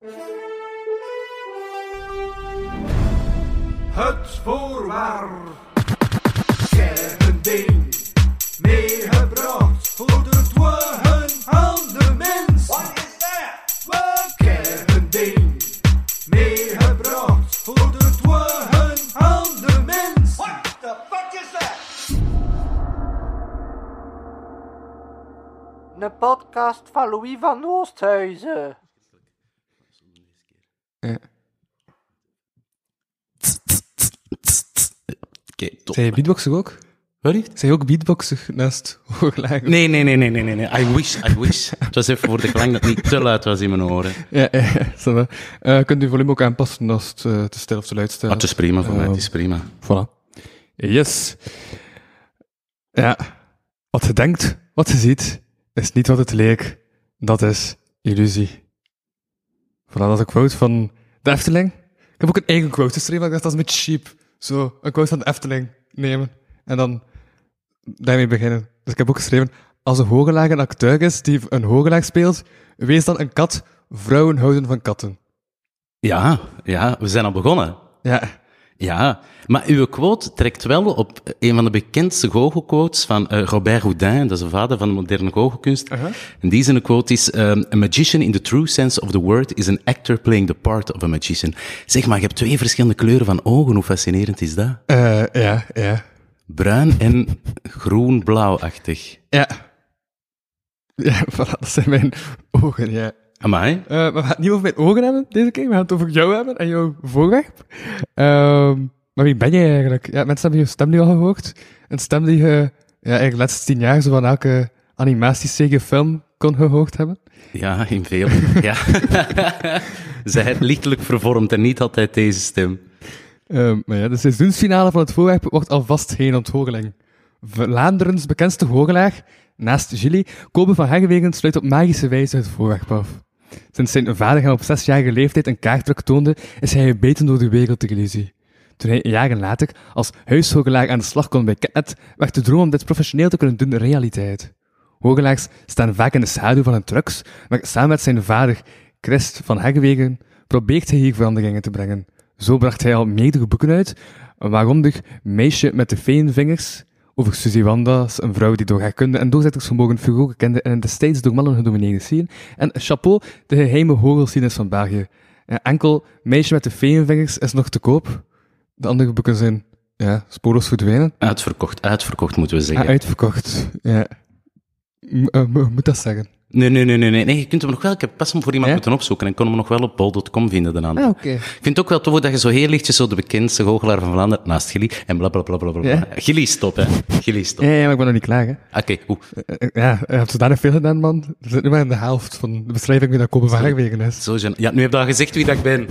Het voorwaar. Ik heb een ding meegebracht voor de dwagen aan de mens. What is that? Ik heb een ding meegebracht voor de dwagen aan de mens. What the fuck is that? Een podcast van Louis van Oosthuizen. Oké, top. Zijn je beatboxer ook? Wat lief? Zijn je ook beatboxer naast hooglagen? Nee. I wish. Het was even voor de klank dat het niet te luid was in mijn oren. Ja, ça va. Kunt u volume ook aanpassen als het te stil of te luid staat? Het is prima voor mij, het is prima. Voilà. Yes. Ja. Wat je denkt, wat je ziet, is niet wat het leek. Dat is illusie. Voilà, dat is een quote van de Efteling. Ik heb ook een eigen quote geschreven, maar ik dacht dat is een beetje cheap. Zo, een quote van de Efteling nemen. En dan daarmee beginnen. Dus ik heb ook geschreven, als een hoogelaag een acteur is die een hoogelaag speelt, wees dan een kat. Vrouwen houden van katten. Ja, we zijn al begonnen. Ja, maar uw quote trekt wel op een van de bekendste goochelquotes van Robert Houdin, dat is de vader van de moderne goochelkunst. En die zijn quote is, a magician in the true sense of the word is an actor playing the part of a magician. Zeg maar, je hebt 2 verschillende kleuren van ogen, hoe fascinerend is dat? Ja. Bruin en groen-blauwachtig. Ja, voilà, dat zijn mijn ogen, ja. Amai. Maar we gaan het niet over mijn ogen hebben deze keer, we gaan het over jou hebben en jouw voorwerp. Maar wie ben jij eigenlijk? Ja, mensen hebben je stem nu al gehoord. Een stem die je eigenlijk de laatste 10 jaar zo van elke animatieserie film kon gehoord hebben. Ja, in veel. Ja. Zij het lichtelijk vervormd en niet altijd deze stem. Maar ja, de seizoensfinale van het voorwerp wordt alvast geen ontgoocheling. Vlaanderens bekendste goochelaar, naast Gilly, Kobe van Herwegen sluit op magische wijze het voorwerp af. Sinds zijn vader hem op 6-jarige leeftijd een kaartdruk toonde, is hij gebeten door de wereldillusie. Toen hij jaren later als huishoogelaar aan de slag kon bij Catnet, werd de droom om dit professioneel te kunnen doen realiteit. Hoogelaars staan vaak in de schaduw van hun trucks, maar samen met zijn vader, Christ van Herwegen, probeert hij hier veranderingen te brengen. Zo bracht hij al meerdere boeken uit, waaronder Meisje met de Feenvingers, over Suzy Wandas, een vrouw die door haar kunde en doorzettingsvermogen furoren kende in een destijds door mannen gedomineerde scene, en Chapeau, de geheime horrorscènes van België. Enkel Meisje met de Feenvingers is nog te koop. De andere boeken zijn, spoorloos verdwenen. Uitverkocht moeten we zeggen. Uitverkocht, ja. Moet dat zeggen? Nee, je kunt hem nog wel, ik heb pas hem voor iemand moeten opzoeken en kon hem nog wel op bol.com vinden daarna. Oké. Ik vind het ook wel tof dat je zo heel lichtjes zo de bekendste goochelaar van Vlaanderen, naast Gilly, en blablabla. Ja. Gilly stop, hè. Gilly stop. Ja, maar ik ben nog niet klaar, hè. Oké, je hebt zodanig veel gedaan, man. We zitten nu maar in de helft van de beschrijving wie dat Kobe van Herwegen is. Ja, nu heb je al gezegd wie dat ik ben.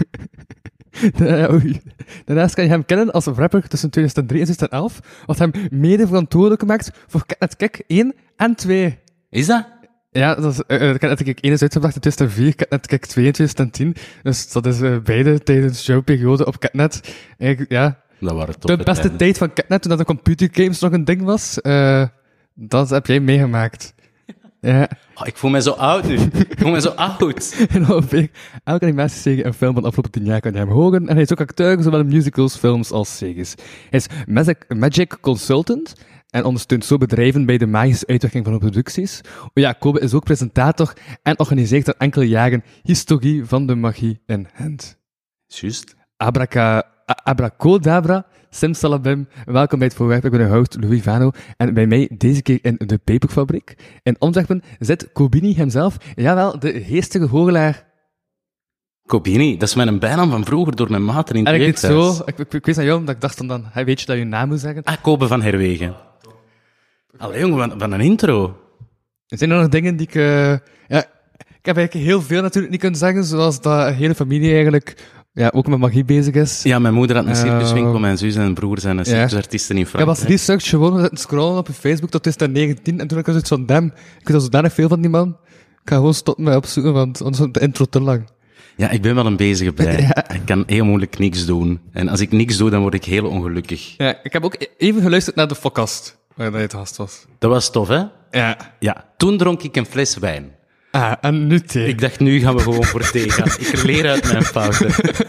Daarnaast kan je hem kennen als rapper tussen 2003 en 2011, wat hem mede verantwoordelijk maakt voor Catnet Kick 1 en 2. Is dat? Ja, dat is, Catnet Kick 1 is uitgebracht in 2004, Catnet Kick 2 in 2010. Dus dat is beide tijdens jouw periode op Catnet. Eigenlijk, ja, Dat waren de beste tijd van Catnet, toen dat de computergames nog een ding was. Dat heb jij meegemaakt. Ja. Oh, ik voel me zo oud nu. En ongeveer elke animatieserie en film van de afgelopen 10 jaar kan je hem horen. En hij is ook acteur, zowel in musicals, films als series. Hij is Magic Consultant en ondersteunt zo bedrijven bij de magische uitwerking van hun producties. Kobe is ook presentator en organiseert al enkele jaren Historie van de Magie in Hand. Juist. Abracadabra, simsalabim, welkom bij het voorwerp. Ik ben uw host, Louis Vano, en bij mij deze keer in de Peperfabriek. In Antwerpen zit Kobini hemzelf, jawel, de geestige hoogelaar. Kobini, dat is mijn bijnaam van vroeger door mijn maten in het weekhuis. Ik wees aan jou, omdat ik dacht dan, weet je dat je naam moet zeggen? Kobe van Herwegen. Allee jongen, van een intro. Er zijn er nog dingen die ik... ik heb eigenlijk heel veel natuurlijk niet kunnen zeggen, zoals dat de hele familie eigenlijk... ook met magie bezig is. Ja, mijn moeder had een circuswinkel, mijn zus en broer zijn circusartiesten in Frankrijk. Ik heb als research gewoon zitten scrollen op je Facebook tot 2019 en toen had ik zoiets van, damn, ik weet al zodanig veel van die man. Ik ga gewoon stoppen met opzoeken, want anders is de intro te lang. Ja, ik ben wel een bezige bij. Ik kan heel moeilijk niks doen. En als ik niks doe, dan word ik heel ongelukkig. Ja, ik heb ook even geluisterd naar de podcast, waar je te gast was. Dat was tof, hè? Ja. Ja, toen dronk ik een fles wijn. En nu thee. Ik dacht, nu gaan we gewoon voor thee gaan. Ik leer uit mijn fouten.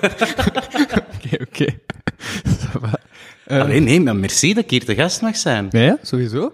Oké. Alleen, nee, maar merci dat ik hier te gast mag zijn. Ja, sowieso.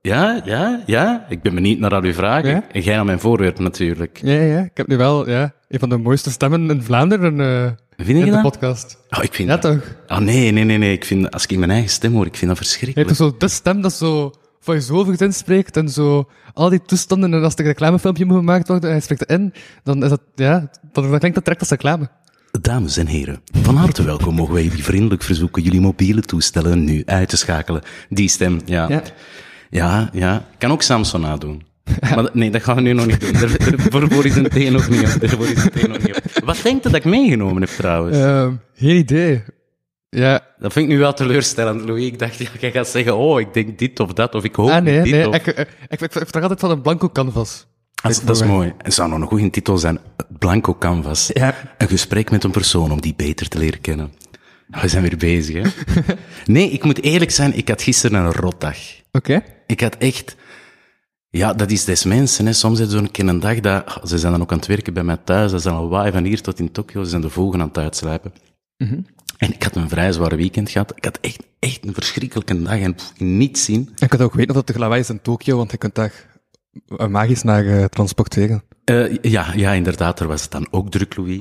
Ja. Ik ben benieuwd naar al uw vragen. Ja? En jij naar mijn voorwerp natuurlijk. Ja. Ik heb nu wel een van de mooiste stemmen in Vlaanderen Vind je in de dat? podcast. Oh, ik vind Ja, dat... toch? Oh, nee. Ik vind, als ik mijn eigen stem hoor, ik vind dat Je verschrikkelijk. hebt toch zo de stem dat zo van je zoveel inspreekt en zo al die toestanden en als er een reclamefilmpje moet gemaakt worden en hij spreekt het in, dan is dat, dan klinkt dat direct als reclame. Dames en heren, van harte welkom mogen wij jullie vriendelijk verzoeken jullie mobiele toestellen nu uit te schakelen. Die stem, ja. Ik kan ook Samson nadoen. Maar nee, dat gaan we nu nog niet doen. Daarvoor is een thee nog niet op. Wat denkt je dat ik meegenomen heb trouwens? Geen idee. Ja. Dat vind ik nu wel teleurstellend, Louis. Ik dacht, jij gaat zeggen, ik denk dit of dat, of ik hoop dit. Nee. Of... Ik vraag altijd van een blanco canvas. Dat is mooi. Het zou nog een goede titel zijn. Blanco Canvas. Ja. Een gesprek met een persoon om die beter te leren kennen. We zijn weer bezig, hè? Nee, ik moet eerlijk zijn, ik had gisteren een rotdag. Oké. Ik had echt... Ja, dat is des mensen, hè. Soms is zo'n keer een dag dat... Ze zijn dan ook aan het werken bij mij thuis. Dat is dan al waai van hier tot in Tokio. Ze zijn de vogels aan het uitslijpen. En ik had een vrij zware weekend gehad. Ik had echt een verschrikkelijke dag en niets zien. Ik had ook weten of dat de lawaai is in Tokio, want je kunt daar magisch naar transporteren. Ja, inderdaad, er was het dan ook druk, Louis.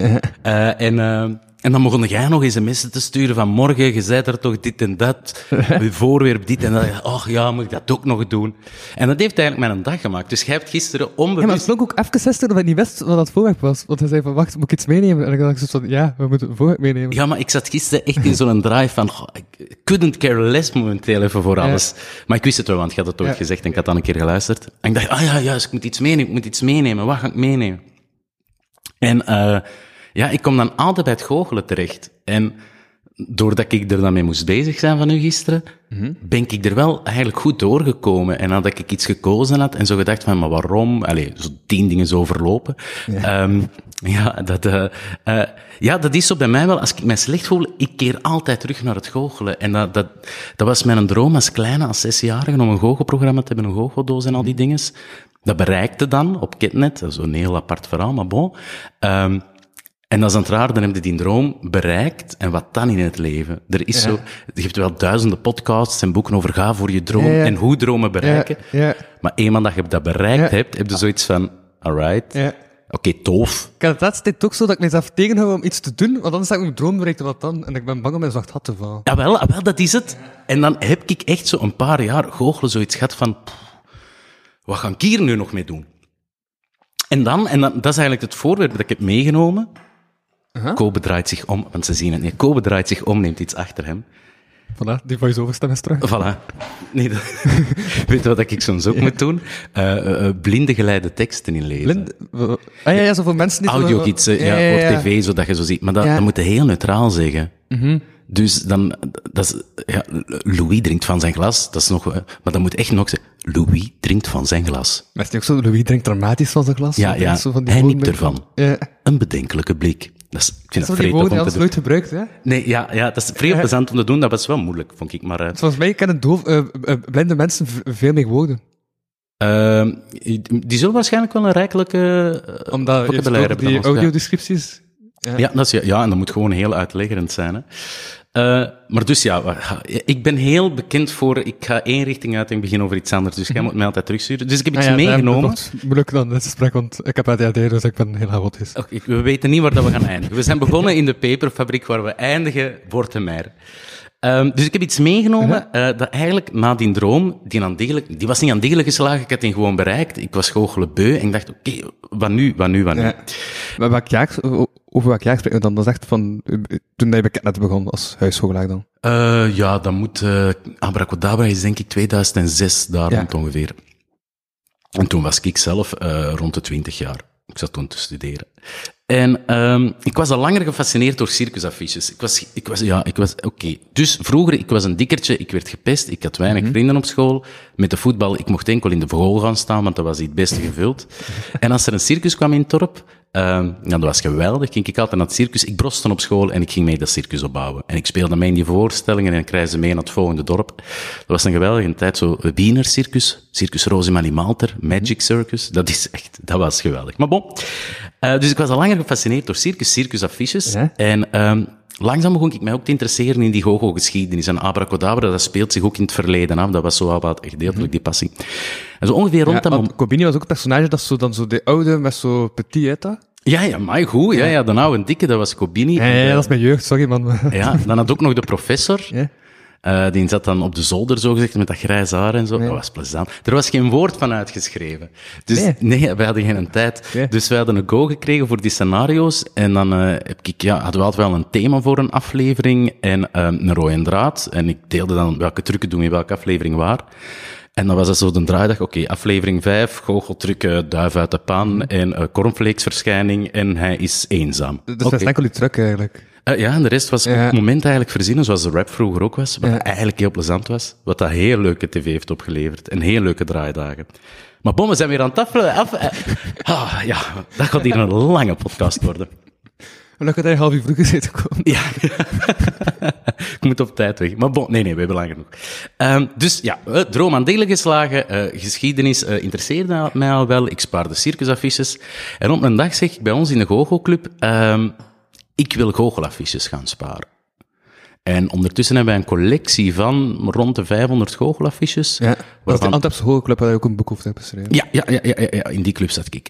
En dan begon jij nog sms'en te sturen van morgen, je zei er toch dit en dat, je voorwerp dit en dat. Moet ik dat ook nog doen? En dat heeft eigenlijk mijn dag gemaakt. Dus jij hebt gisteren onbewust... Ja, maar het klonk ook even gisteren dat ik niet wist wat dat voorwerp was. Want hij zei van, wacht, moet ik iets meenemen? En ik dacht zo van, we moeten een voorwerp meenemen. Ja, maar ik zat gisteren echt in zo'n drive van, ik couldn't care less momenteel even voor alles. Maar ik wist het wel, want je had het ooit gezegd en ik had dan een keer geluisterd. En ik dacht, juist, ik moet iets meenemen. Wat ga ik meenemen? En ik kom dan altijd bij het goochelen terecht. En doordat ik er dan mee moest bezig zijn van u gisteren, ben ik er wel eigenlijk goed doorgekomen. En nadat ik iets gekozen had en zo gedacht van, maar waarom? Zo 10 dingen zo verlopen. Dat is zo bij mij wel. Als ik mij slecht voel, ik keer altijd terug naar het goochelen. En dat was mijn droom als kleine, als 6-jarige, om een goochelprogramma te hebben, een goocheldoos en al die dingen. Dat bereikte dan op Ketnet. Dat is een heel apart verhaal, maar bon. En dat is dan raar, dan heb je die droom bereikt. En wat dan in het leven? Er is zo, je hebt wel duizenden podcasts en boeken over ga voor je droom en hoe dromen bereiken. Maar eenmaal dat je dat bereikt hebt, heb je zoiets van, alright, oké, tof. Ik had het laatste ook zo dat ik mezelf tegenhoud om iets te doen, want anders heb ik mijn droom bereikt en wat dan? En ik ben bang om mijn zwart gat te vallen. Jawel, dat is het. En dan heb ik echt zo een paar jaar goochelen zoiets gehad van, wat ga ik hier nu nog mee doen? En dan, dat is eigenlijk het voorwerp dat ik heb meegenomen. Kobe draait zich om, want ze zien het niet. Kobe draait zich om, neemt iets achter hem. Voilà, die voice-over stem is terug. Voilà. Nee, weet je wat ik soms ook moet doen? Blinde geleide teksten inlezen. Zo voor mensen die... Audiogidsen, voor tv, zodat je zo ziet. Maar dat moet je heel neutraal zeggen. Dus dan... Louis drinkt van zijn glas, dat is nog... Maar dan moet echt nog zeggen... Louis drinkt van zijn glas. Maar is het ook zo? Louis drinkt dramatisch van zijn glas? Ja. Zo van die hij nipt ervan. Ja. Een bedenkelijke blik. Ik vind dat die vreemd woorden die om te alles doen. nooit gebruikt, hè? Nee, dat is vrij plezant om te doen. Dat was wel moeilijk, vond ik. Maar, volgens mij kennen blinde mensen veel meer woorden. die zullen waarschijnlijk wel een rijkelijke Omdat vocabulaire hebben. die audiodescripties... En dat moet gewoon heel uitleggerend zijn. Hè. Maar dus ik ben heel bekend voor... Ik ga één richting uit en ik begin over iets anders. Dus jij moet mij altijd terugsturen. Dus ik heb iets meegenomen. Dat is moeilijk dan dit gesprek, want ik heb ADHD, dus ik ben heel chaotisch. We weten niet waar dat we gaan eindigen. We zijn begonnen in de peperfabriek, waar we eindigen, wordt de mer. Dus ik heb iets meegenomen dat eigenlijk na die droom, die was niet aan degelijk geslagen, ik had die gewoon bereikt. Ik was goochelen beu en ik dacht, oké, wat nu? Ja. Maar over welk jaar spreken we dan? Dat is echt van, toen je net begon als huisvogelaar dan? Dat moet, Abracadabra is denk ik 2006, daar rond ongeveer. En toen was ik zelf rond de 20 jaar. Ik zat toen te studeren. En ik was al langer gefascineerd door circusaffiches. Ik was oké. Dus vroeger, ik was een dikkertje, ik werd gepest, ik had weinig vrienden op school. Met de voetbal, ik mocht enkel in de goal gaan staan, want dat was het beste gevuld. En als er een circus kwam in het dorp, Dat was geweldig. Ging ik altijd naar het circus. Ik broste op school en ik ging mee dat circus opbouwen. En ik speelde mee in die voorstellingen en ik reisde mee naar het volgende dorp. Dat was een geweldige tijd. Zo Wiener Circus, Circus Rosemary Malter, Magic Circus. Dat was geweldig. Maar bon. Dus ik was al langer gefascineerd door circusaffiches. Ja? En langzaam begon ik mij ook te interesseren in die goochelgeschiedenis. En Abracadabra, dat speelt zich ook in het verleden af. Dat was zo wat gedeeltelijk die passie. En zo ongeveer rond dat moment... Cobini was ook een personage, dat is zo, dan zo de oude met zo petit, hè, dat? Ja, maar goed. Ja, de oude dikke, dat was Cobini. Ja, dat is mijn jeugd, sorry man. Ja, dan had ook nog de professor. Ja. Die zat dan op de zolder, zogezegd, met dat grijs haar en zo. Dat was plezant. Er was geen woord van uitgeschreven. Dus nee, wij hadden geen tijd. Nee. Dus wij hadden een go gekregen voor die scenario's. En dan hadden we altijd wel een thema voor een aflevering en een rode draad. En ik deelde dan welke trucken doen we in welke aflevering waar. En dan was dat zo de draaidag, oké, aflevering 5, goocheltrucken, duif uit de pan en cornflakesverschijning en hij is eenzaam. Dus dat is enkel die truc eigenlijk. Ja, en de rest was op het moment eigenlijk verzinnen, zoals de rap vroeger ook was, wat eigenlijk heel plezant was, wat dat heel leuke tv heeft opgeleverd en heel leuke draaidagen. Maar bon, we zijn weer aan het dat gaat hier een lange podcast worden. En dan gaat hij half uur vroeger zitten komen. Ja, ik moet op tijd weg. Maar bon, nee, we hebben lang genoeg. Dus ja, droom aan delen geslagen. Geschiedenis interesseerde mij al wel. Ik spaarde circusaffiches. En op een dag zeg ik bij ons in de goochelclub, ik wil goochelaffiches gaan sparen. En ondertussen hebben wij een collectie van rond de 500 goochelaffiches. Ja, dat is de Antwerpse Goochelclub waar je ook een boek over hebt beschreven. Ja, in die club zat ik.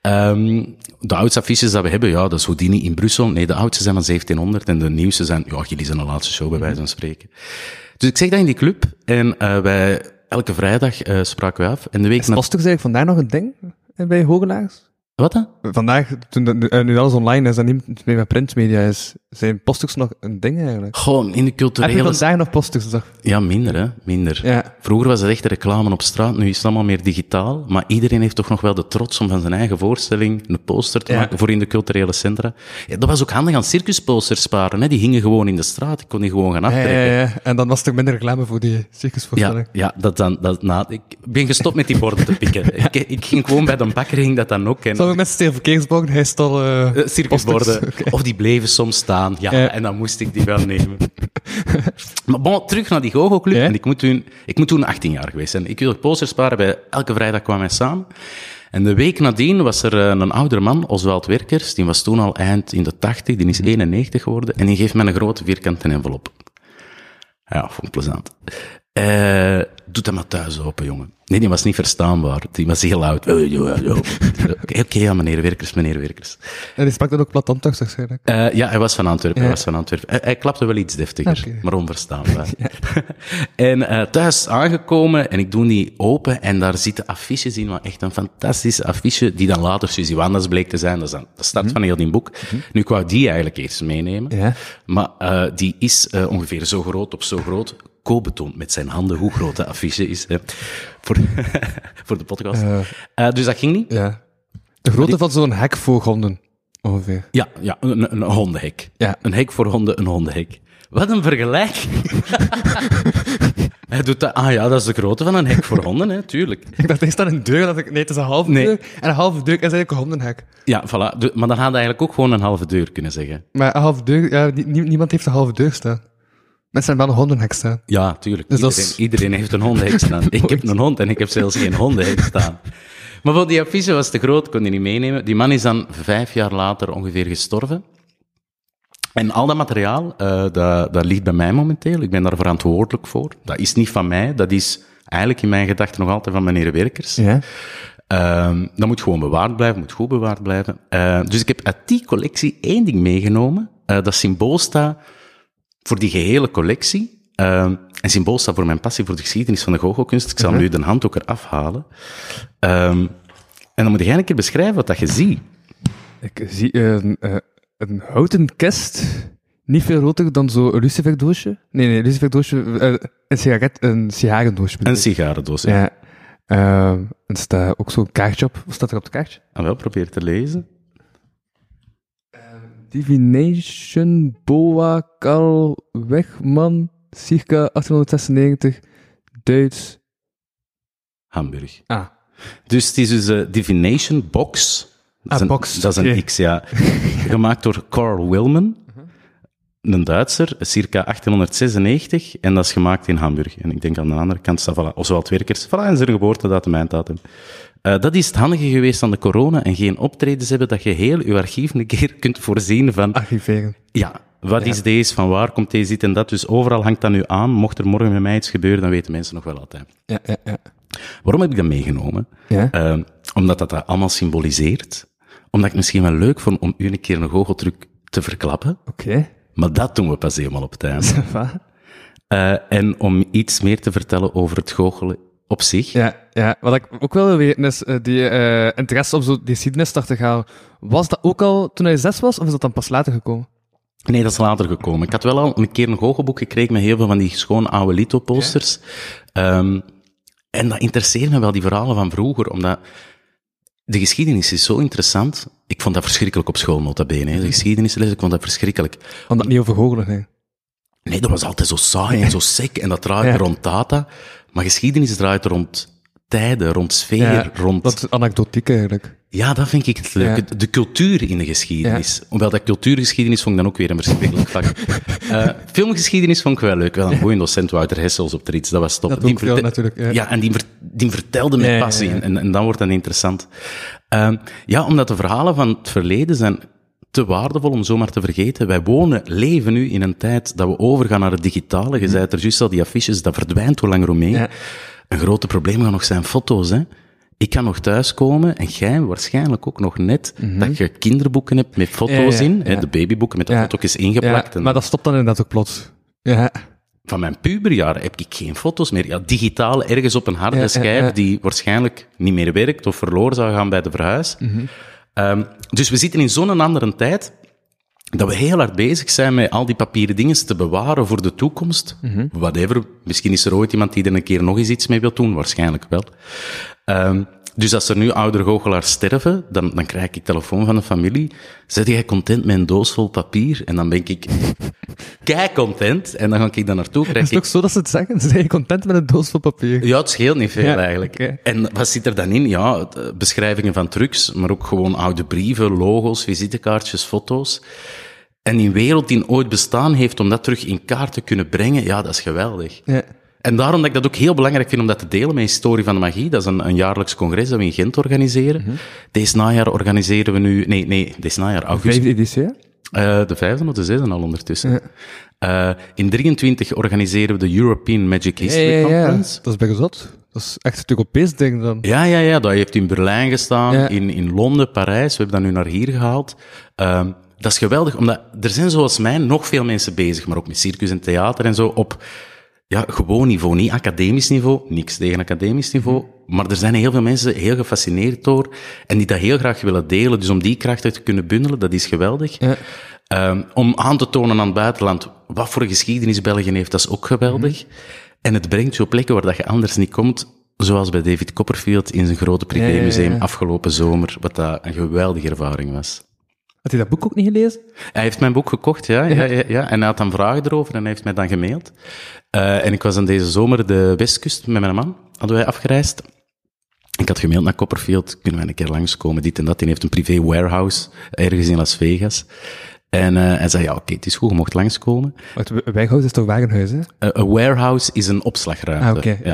De oudste affiches dat we hebben, dat is Houdini in Brussel. Nee, de oudste zijn van 1700 en de nieuwste zijn, jullie zijn de laatste show bij wijze van spreken. Dus ik zeg dat in die club en wij, elke vrijdag spraken we af. En de week is poststuks eigenlijk vandaag nog een ding bij Hogelaars? Wat dan? Vandaag, nu alles online is en niet meer met printmedia is, zijn poststuks nog een ding eigenlijk? Gewoon in de culturele... Heb je vandaag nog poststuks? Ja, minder, hè. Minder. Ja. Vroeger was het echt reclame op straat, nu is het allemaal meer digitaal, maar iedereen heeft toch nog wel de trots om van zijn eigen voorstelling een poster te maken voor in de culturele centra. Ja, dat was ook handig aan circusposters sparen, hè. Die hingen gewoon in de straat, ik kon die gewoon gaan aftrekken. Ja. En dan was er toch minder reclame voor die circusvoorstelling. Ik ben gestopt met die borden te pikken. Ik ging gewoon bij de bakker, ging dat dan ook. En ook met Steven Verkeersborden, hij stal circusborden. Okay. Of die bleven soms staan. En dan moest ik die wel nemen. Maar bon, terug naar die goochelclub. En ik moet toen 18 jaar geweest zijn. Ik wilde posters sparen. Bij elke vrijdag kwamen wij samen. En de week nadien was er een oudere man, Oswald Werkers. Die was toen al eind in de 80. Die is 91 geworden. En die geeft mij een grote vierkante envelop. Ja, vond ik plezant. Doe dat maar thuis open, jongen. Nee, die was niet verstaanbaar. Die was heel luid. Oké, meneer Werkers. En die sprak dan ook plat Antwerps waarschijnlijk? Ja, hij was van Antwerpen. Hij klapte wel iets deftiger, maar onverstaanbaar. En thuis aangekomen, en ik doe die open, en daar zitten affiches in, maar echt een fantastische affiche, die dan later Suzy Wanders bleek te zijn. Dat is dan de start van heel die boek. Nu, ik wou die eigenlijk eerst meenemen, maar die is ongeveer zo groot op zo groot. Co betoont met zijn handen hoe groot de affiche is voor de podcast. Dus dat ging niet. Ja. De grootte van zo'n hek voor honden, ongeveer. Ja, een hondenhek. Ja. Een hek voor honden, een hondenhek. Wat een vergelijking. Hij doet dat. Dat is de grootte van een hek voor honden, hè, tuurlijk. Ik dacht eerst aan een deur, nee, het is een halve deur. En een halve deur is eigenlijk een hondenhek. Ja, voilà. Maar dan had hij eigenlijk ook gewoon een halve deur kunnen zeggen. Maar een halve deur, niemand heeft een halve deur staan. Mensen hebben wel een hondenhek staan. Ja, tuurlijk. Dus iedereen heeft een hondenhek staan. Ik heb een hond en ik heb zelfs geen hondenhek staan. Maar voor die affiche was te groot, kon je niet meenemen. Die man is dan 5 jaar later ongeveer gestorven. En al dat materiaal, dat ligt bij mij momenteel. Ik ben daar verantwoordelijk voor. Dat is niet van mij, dat is eigenlijk in mijn gedachten nog altijd van meneer Werkers. Ja. Dat moet gewoon bewaard blijven, moet goed bewaard blijven. Dus ik heb uit die collectie 1 ding meegenomen, dat symbool staat voor die gehele collectie. En symbool staat voor mijn passie voor de geschiedenis van de goochelkunst. Ik zal nu de handdoek eraf halen. En dan moet jij een keer beschrijven wat dat je ziet. Ik zie een houten kist, niet veel groter dan zo'n luciferdoosje. Nee, luciferdoosje, een sigarendoosje. Een sigarendoos, ja. En er staat ook zo'n kaartje op. Wat staat er op het kaartje? Wel, probeer te lezen. Divination, Boa, Karl, Wegman, circa 1896, Duits. Hamburg. Dus het is dus Divination Box Box. Dat is een X, ja. Gemaakt door Carl Willman, een Duitser, circa 1896, en dat is gemaakt in Hamburg. En ik denk aan de andere kant staat Oswald Werkers, en zijn geboortedatum, einddatum. Dat is het handige geweest aan de corona en geen optredens hebben, dat je heel je archief een keer kunt voorzien van... Archiveren. Ja, wat is deze, van waar komt deze, dit en dat. Dus overal hangt dat nu aan. Mocht er morgen met mij iets gebeuren, dan weten mensen nog wel altijd. Ja. Waarom heb ik dat meegenomen? Ja. Omdat dat allemaal symboliseert. Omdat ik misschien wel leuk vond om u een keer een goocheltruc te verklappen. Oké. Maar dat doen we pas helemaal op het einde. En om iets meer te vertellen over het goochelen op zich. Ja, wat ik ook wel wil weten is, die interesse om zo die geschiedenis te gaan, was dat ook al toen hij 6 was, of is dat dan pas later gekomen? Nee, dat is later gekomen. Ik had wel al een keer een goochelboek gekregen met heel veel van die schoon oude Lito-posters. En dat interesseert me wel, die verhalen van vroeger, omdat de geschiedenis is zo interessant. Ik vond dat verschrikkelijk op school, nota bene. Hè. De geschiedenisles, ik vond dat verschrikkelijk. Omdat niet over goochelen ging. Nee, dat was altijd zo saai en zo sec, en dat draait rond data. Maar geschiedenis draait rond tijden, rond sfeer, rond... Dat is anekdotiek eigenlijk. Ja, dat vind ik het leuke. Ja. De cultuur in de geschiedenis. Ja. Hoewel dat cultuurgeschiedenis vond ik dan ook weer een verschrikkelijk vak. Filmgeschiedenis vond ik wel leuk. Wel een goeie docent, Wouter Hessels op de Rits, dat was top. Dat ook natuurlijk. Ja, en die vertelde met passie. Ja. En dan wordt dat interessant. Omdat de verhalen van het verleden zijn te waardevol om zomaar te vergeten. Wij leven nu in een tijd dat we overgaan naar het digitale. Je zei het er juist al, die affiches, dat verdwijnt hoe langer hoe meer. Ja. Een grote probleem gaan nog zijn foto's, hè. Ik kan nog thuiskomen, en jij waarschijnlijk ook nog net, dat je kinderboeken hebt met foto's in, hè, de babyboeken met de foto's ingeplakt. Ja, maar dat stopt dan inderdaad ook plots. Ja. Van mijn puberjaren heb ik geen foto's meer. Ja, digitaal, ergens op een harde schijf, die waarschijnlijk niet meer werkt of verloren zou gaan bij de verhuis. Dus we zitten in zo'n andere tijd, dat we heel hard bezig zijn met al die papieren dingen te bewaren voor de toekomst. Whatever. Misschien is er ooit iemand die er een keer nog eens iets mee wil doen. Waarschijnlijk wel. Dus als er nu oudere goochelaars sterven, dan krijg ik telefoon van de familie. Zet jij content met een doos vol papier? En dan ben ik kei content. En dan ga ik daar naartoe. Is het ook zo dat ze het zeggen? Zijn je content met een doos vol papier? Ja, het scheelt niet veel eigenlijk. Okay. En wat zit er dan in? Ja, beschrijvingen van trucs, maar ook gewoon oude brieven, logo's, visitekaartjes, foto's. En die wereld die ooit bestaan heeft om dat terug in kaart te kunnen brengen, ja, dat is geweldig. Ja. En daarom dat ik dat ook heel belangrijk vind om dat te delen met Historie van de Magie. Dat is een jaarlijks congres dat we in Gent organiseren. Deze najaar organiseren we nu... Nee, deze najaar, augustus. De 5e editie, de 5e of de 6e al ondertussen. Ja. In 23 organiseren we de European Magic History Conference. Dat is bij gezot. Dat is echt een Europees ding dan. Ja. Dat heeft in Berlijn gestaan, in Londen, Parijs. We hebben dat nu naar hier gehaald. Dat is geweldig, omdat er zijn zoals mij nog veel mensen bezig, maar ook met circus en theater en zo, op gewoon niveau, niet academisch niveau, niks tegen academisch niveau, maar er zijn heel veel mensen heel gefascineerd door en die dat heel graag willen delen. Dus om die krachten te kunnen bundelen, dat is geweldig. Ja. Om aan te tonen aan het buitenland wat voor geschiedenis België heeft, dat is ook geweldig. En het brengt je op plekken waar dat je anders niet komt, zoals bij David Copperfield in zijn grote privémuseum afgelopen zomer, wat dat een geweldige ervaring was. Had hij dat boek ook niet gelezen? Hij heeft mijn boek gekocht, ja. En hij had dan vragen erover en hij heeft mij dan gemaild. En ik was dan deze zomer de Westkust met mijn man, hadden wij afgereisd. Ik had gemaild naar Copperfield, kunnen wij een keer langskomen, dit en dat. Die heeft een privé warehouse ergens in Las Vegas. En hij zei, ja, oké, het is goed, je mocht langskomen. Wacht, een warehouse is toch wagenhuis, hè? Een warehouse is een opslagruimte. Oké.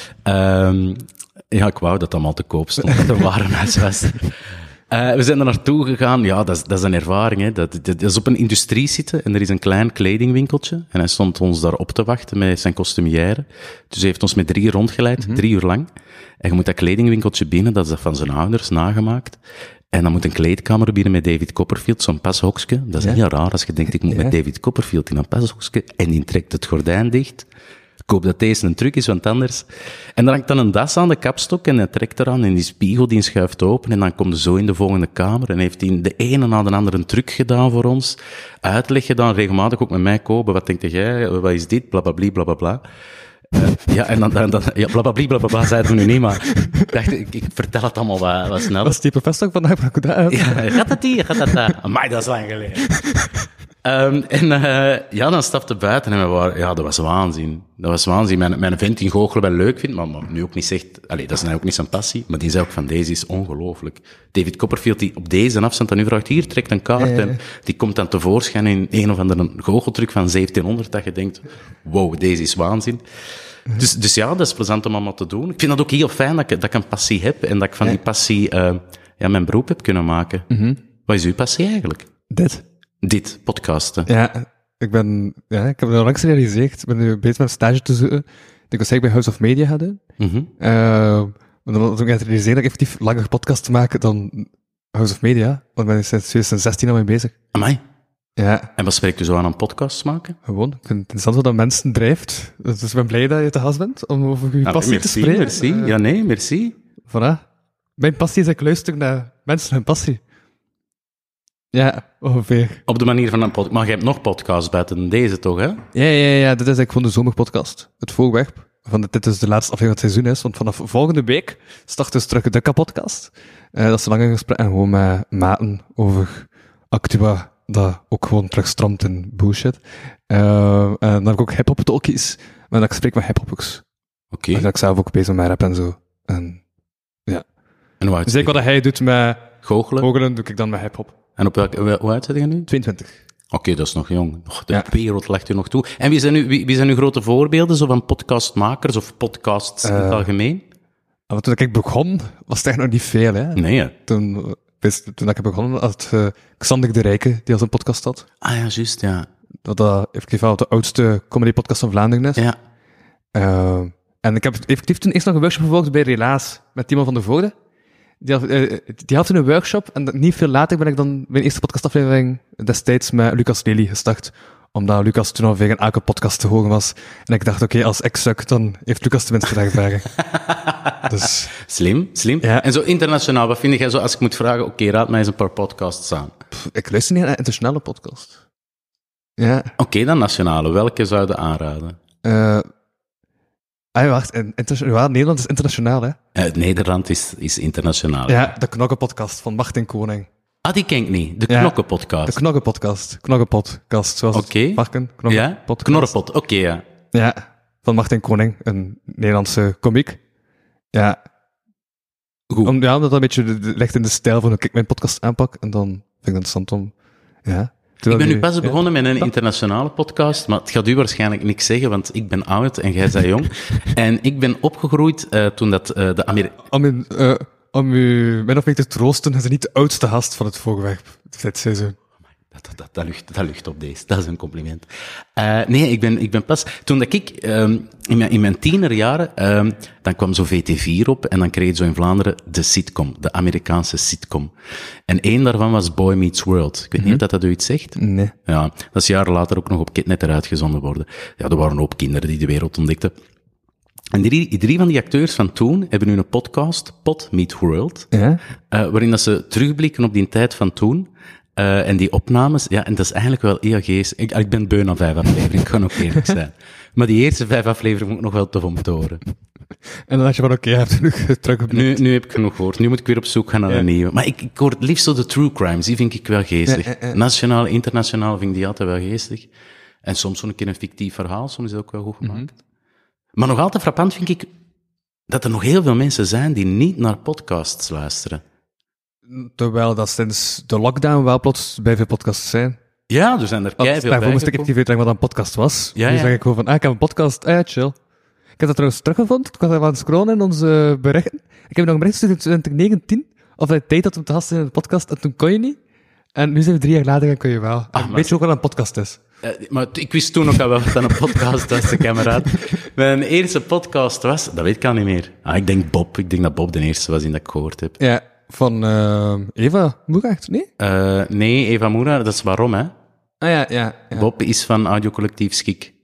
Ja, ik wou dat het allemaal te koop stond, dat het een warenhuis was. We zijn er naartoe gegaan. Ja, dat is een ervaring. Hè. Dat is op een industrie zitten en er is een klein kledingwinkeltje. En hij stond ons daar op te wachten met zijn costumière. Dus hij heeft ons met 3 rondgeleid, 3 uur lang. En je moet dat kledingwinkeltje binnen, dat is dat van zijn ouders, nagemaakt. En dan moet een kleedkamer binnen met David Copperfield, zo'n pashokje. Dat is heel raar als je denkt, ik moet met David Copperfield in een pashokje. En die trekt het gordijn dicht. Ik hoop dat deze een truc is, want anders... En dan hangt dan een das aan de kapstok en hij trekt eraan en die spiegel die schuift open en dan komt hij zo in de volgende kamer en heeft hij de ene na de andere een truc gedaan voor ons. Uitleg gedaan, regelmatig ook met mij kopen. Wat denk jij? Wat is dit? Blablabla, blablabla. En dan blablabla, blablabla, zeiden we nu niet, maar ik vertel het allemaal wat snel. Was die professor vandaag? Ja, gaat dat hier? Amai, dat is lang geleden. Dan stapte buiten en we waren... Ja, dat was waanzin. Dat was waanzin. Mijn vent die goochelen wel leuk vindt, maar nu ook niet zegt... Allee, dat is nou ook niet zijn passie, maar die zei ook van, deze is ongelooflijk. David Copperfield, die op deze afstand aan u vraagt, hier, trekt een kaart en die komt dan tevoorschijn in een of andere goocheltruc van 1700, dat je denkt, wow, deze is waanzin. Dus ja, dat is plezant om allemaal te doen. Ik vind dat ook heel fijn dat ik een passie heb en dat ik van die passie mijn beroep heb kunnen maken. Wat is uw passie eigenlijk? Dit, podcasten. Ja, ik heb het langs gerealiseerd. Ik ben nu bezig met een stage te zoeken. Ik was eigenlijk bij House of Media gaan doen. Maar dan was ik realiseren dat ik effectief langer podcast maak dan House of Media. Want ik ben sinds 2016 al mee bezig. Amai. Ja. En wat spreekt u zo aan podcasts maken? Gewoon. Ik vind het interessant wat dat mensen drijft. Dus ik ben blij dat je te gast bent om over uw passie te spreken. Merci. Merci. Voilà. Mijn passie is dat ik luister naar mensen hun passie. Ja, ongeveer. Op de manier van een podcast. Maar je hebt nog podcasts buiten deze toch, hè? Ja. Dit is eigenlijk gewoon de zomerpodcast. Het voorwerp. Dit is de laatste aflevering van het seizoen is. Want vanaf volgende week start dus terug de podcast. Dat is een langer gesprek. En gewoon met maten over Actua. Dat ook gewoon terug stramt in bullshit. En dan heb ik ook hip-hop talkies. Maar dat ik spreek met hip-hoppers. Oké. Dat ik zelf ook bezig met rap en zo. En ja. En hoe Dus wat hij doet met goochelen, doe ik dan met hip-hop. En op hoe oud zit je nu? 22. Oké, dat is nog jong. De wereld legt u nog toe. En wie zijn uw grote voorbeelden, zo van podcastmakers of podcasts in het algemeen? Toen ik begon, was het echt nog niet veel, hè. Nee, hè? Toen ik begon, had Xander de Rijke, die als een podcast had. Ah ja, juist, ja. Dat effectief wel de oudste comedy-podcast van Vlaanderen is. Ja. En ik heb effectief toen eerst nog een workshop gevolgd bij Relaas, met Timo van der Voorde. Die had toen een workshop, en niet veel later ben ik dan mijn eerste podcastaflevering destijds met Lucas Lely gestart. Omdat Lucas toen alweer in elke podcast te horen was. En ik dacht, oké, als ik suk, dan heeft Lucas tenminste de ervaring. Dus... Slim. Ja. En zo internationaal, wat vind jij zo, als ik moet vragen, oké, raad mij eens een paar podcasts aan. Ik luister niet naar een internationale podcast. Ja. Oké, dan nationale. Welke zouden aanraden? Wacht, Nederland is internationaal, hè? Nederland is internationaal. Ja, de Knokkenpodcast van Martin Koning. Ah, die ken ik niet. De Knokkenpodcast. De Knokkenpodcast, zoals Varken. Knorrenpot, oké, ja. Ja, van Martin Koning, een Nederlandse komiek. Ja. Goed. Omdat dat een beetje ligt in de stijl van hoe ik mijn podcast aanpak. En dan vind ik het interessant om... Ja. Ik ben nu pas begonnen met een internationale podcast, maar het gaat u waarschijnlijk niks zeggen, want ik ben oud en jij bent jong. En ik ben opgegroeid toen dat de Om u min of meer te troosten, is niet de oudste gast van het voorwerp dit seizoen. Dat lucht op deze. Dat is een compliment. Nee, ik ben pas... Toen dat ik in mijn tienerjaren... dan kwam zo VT4 op en dan kreeg je zo in Vlaanderen de sitcom. De Amerikaanse sitcom. En één daarvan was Boy Meets World. Ik weet niet of dat u iets zegt. Nee. Ja, dat is jaren later ook nog op Kidnet eruit gezonden worden. Ja, er waren een hoop kinderen die de wereld ontdekten. En drie van die acteurs van toen hebben nu een podcast, Pod Meet World, waarin dat ze terugblikken op die tijd van toen. En die opnames, ja, en dat is eigenlijk wel heel geestig. Ik ben beu aan 5 afleveringen, ik kan ook eerlijk zijn. Maar die eerste 5 afleveringen moet ik nog wel tof om te horen. En dan had je van, oké, je hebt genoeg teruggeblikt. Nu heb ik genoeg gehoord. Nu moet ik weer op zoek gaan naar een nieuwe. Maar ik hoor het liefst zo de true crimes, die vind ik wel geestig. Nationaal, internationaal vind ik die altijd wel geestig. En soms zo'n keer een fictief verhaal, soms is het ook wel goed gemaakt. Maar nog altijd frappant vind ik dat er nog heel veel mensen zijn die niet naar podcasts luisteren. Terwijl dat sinds de lockdown wel plots bij veel podcasts zijn. Ja, er zijn er keiveel daarvoor moest ik even uitleggen wat een podcast was. Ja, nu zeg ik gewoon van, ik heb een podcast, ja, chill. Ik heb dat trouwens teruggevonden, ik was even aan het scrollen in onze berichten. Ik heb nog een bericht gestuurd in 2019, of dat je tijd had om te gasten in de podcast, en toen kon je niet. En nu zijn we 3 jaar later en kun je wel. Weet je ook wat een podcast is? Maar ik wist toen ook al wel wat een podcast was, de kameraad. Mijn eerste podcast was, dat weet ik al niet meer. Ik denk Bob. Ik denk dat Bob de eerste was die dat ik gehoord heb. Ja, van Eva Moeraert, nee? Nee, Eva Moeraert, dat is Waarom, hè? Ja. Bob is van Audiocollectief Schik.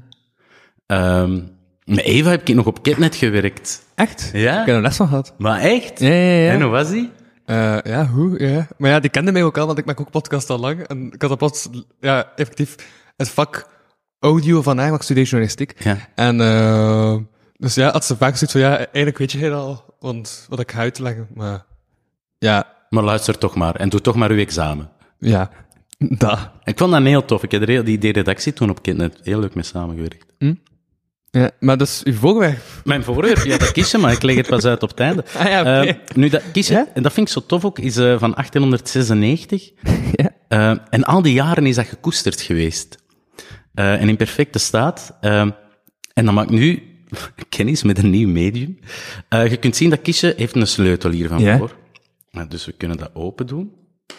Met Eva heb ik nog op Kidnet gewerkt. Echt? Ja. Ik heb er les van gehad. Maar echt? Ja. En hoe was die? Ja. Maar ja, die kende mij ook al, want ik maak ook podcast al lang. En ik had dat plots, effectief het vak audio van eigenlijk studeer journalistiek. Ja. En dus ja, had ze vaak gezegd van, eigenlijk weet je het al, want wat ik uit te leggen, maar ja. Maar luister toch maar en doe toch maar uw examen. Ja. Dat. Ik vond dat heel tof. Ik heb die redactie toen op Kentnet heel leuk mee samengewerkt. Ja, maar dus uw voorwerp... Mijn voorwerp, ja, dat kistje, maar ik leg het pas uit op het einde. Ah ja, oké. Nu, dat kistje, en dat vind ik zo tof ook, is van 1896. Ja. En al die jaren is dat gekoesterd geweest. En in perfecte staat. En dan maak ik nu kennis met een nieuw medium. Je kunt zien, dat kistje heeft een sleutel hier van voor. Dus we kunnen dat open doen.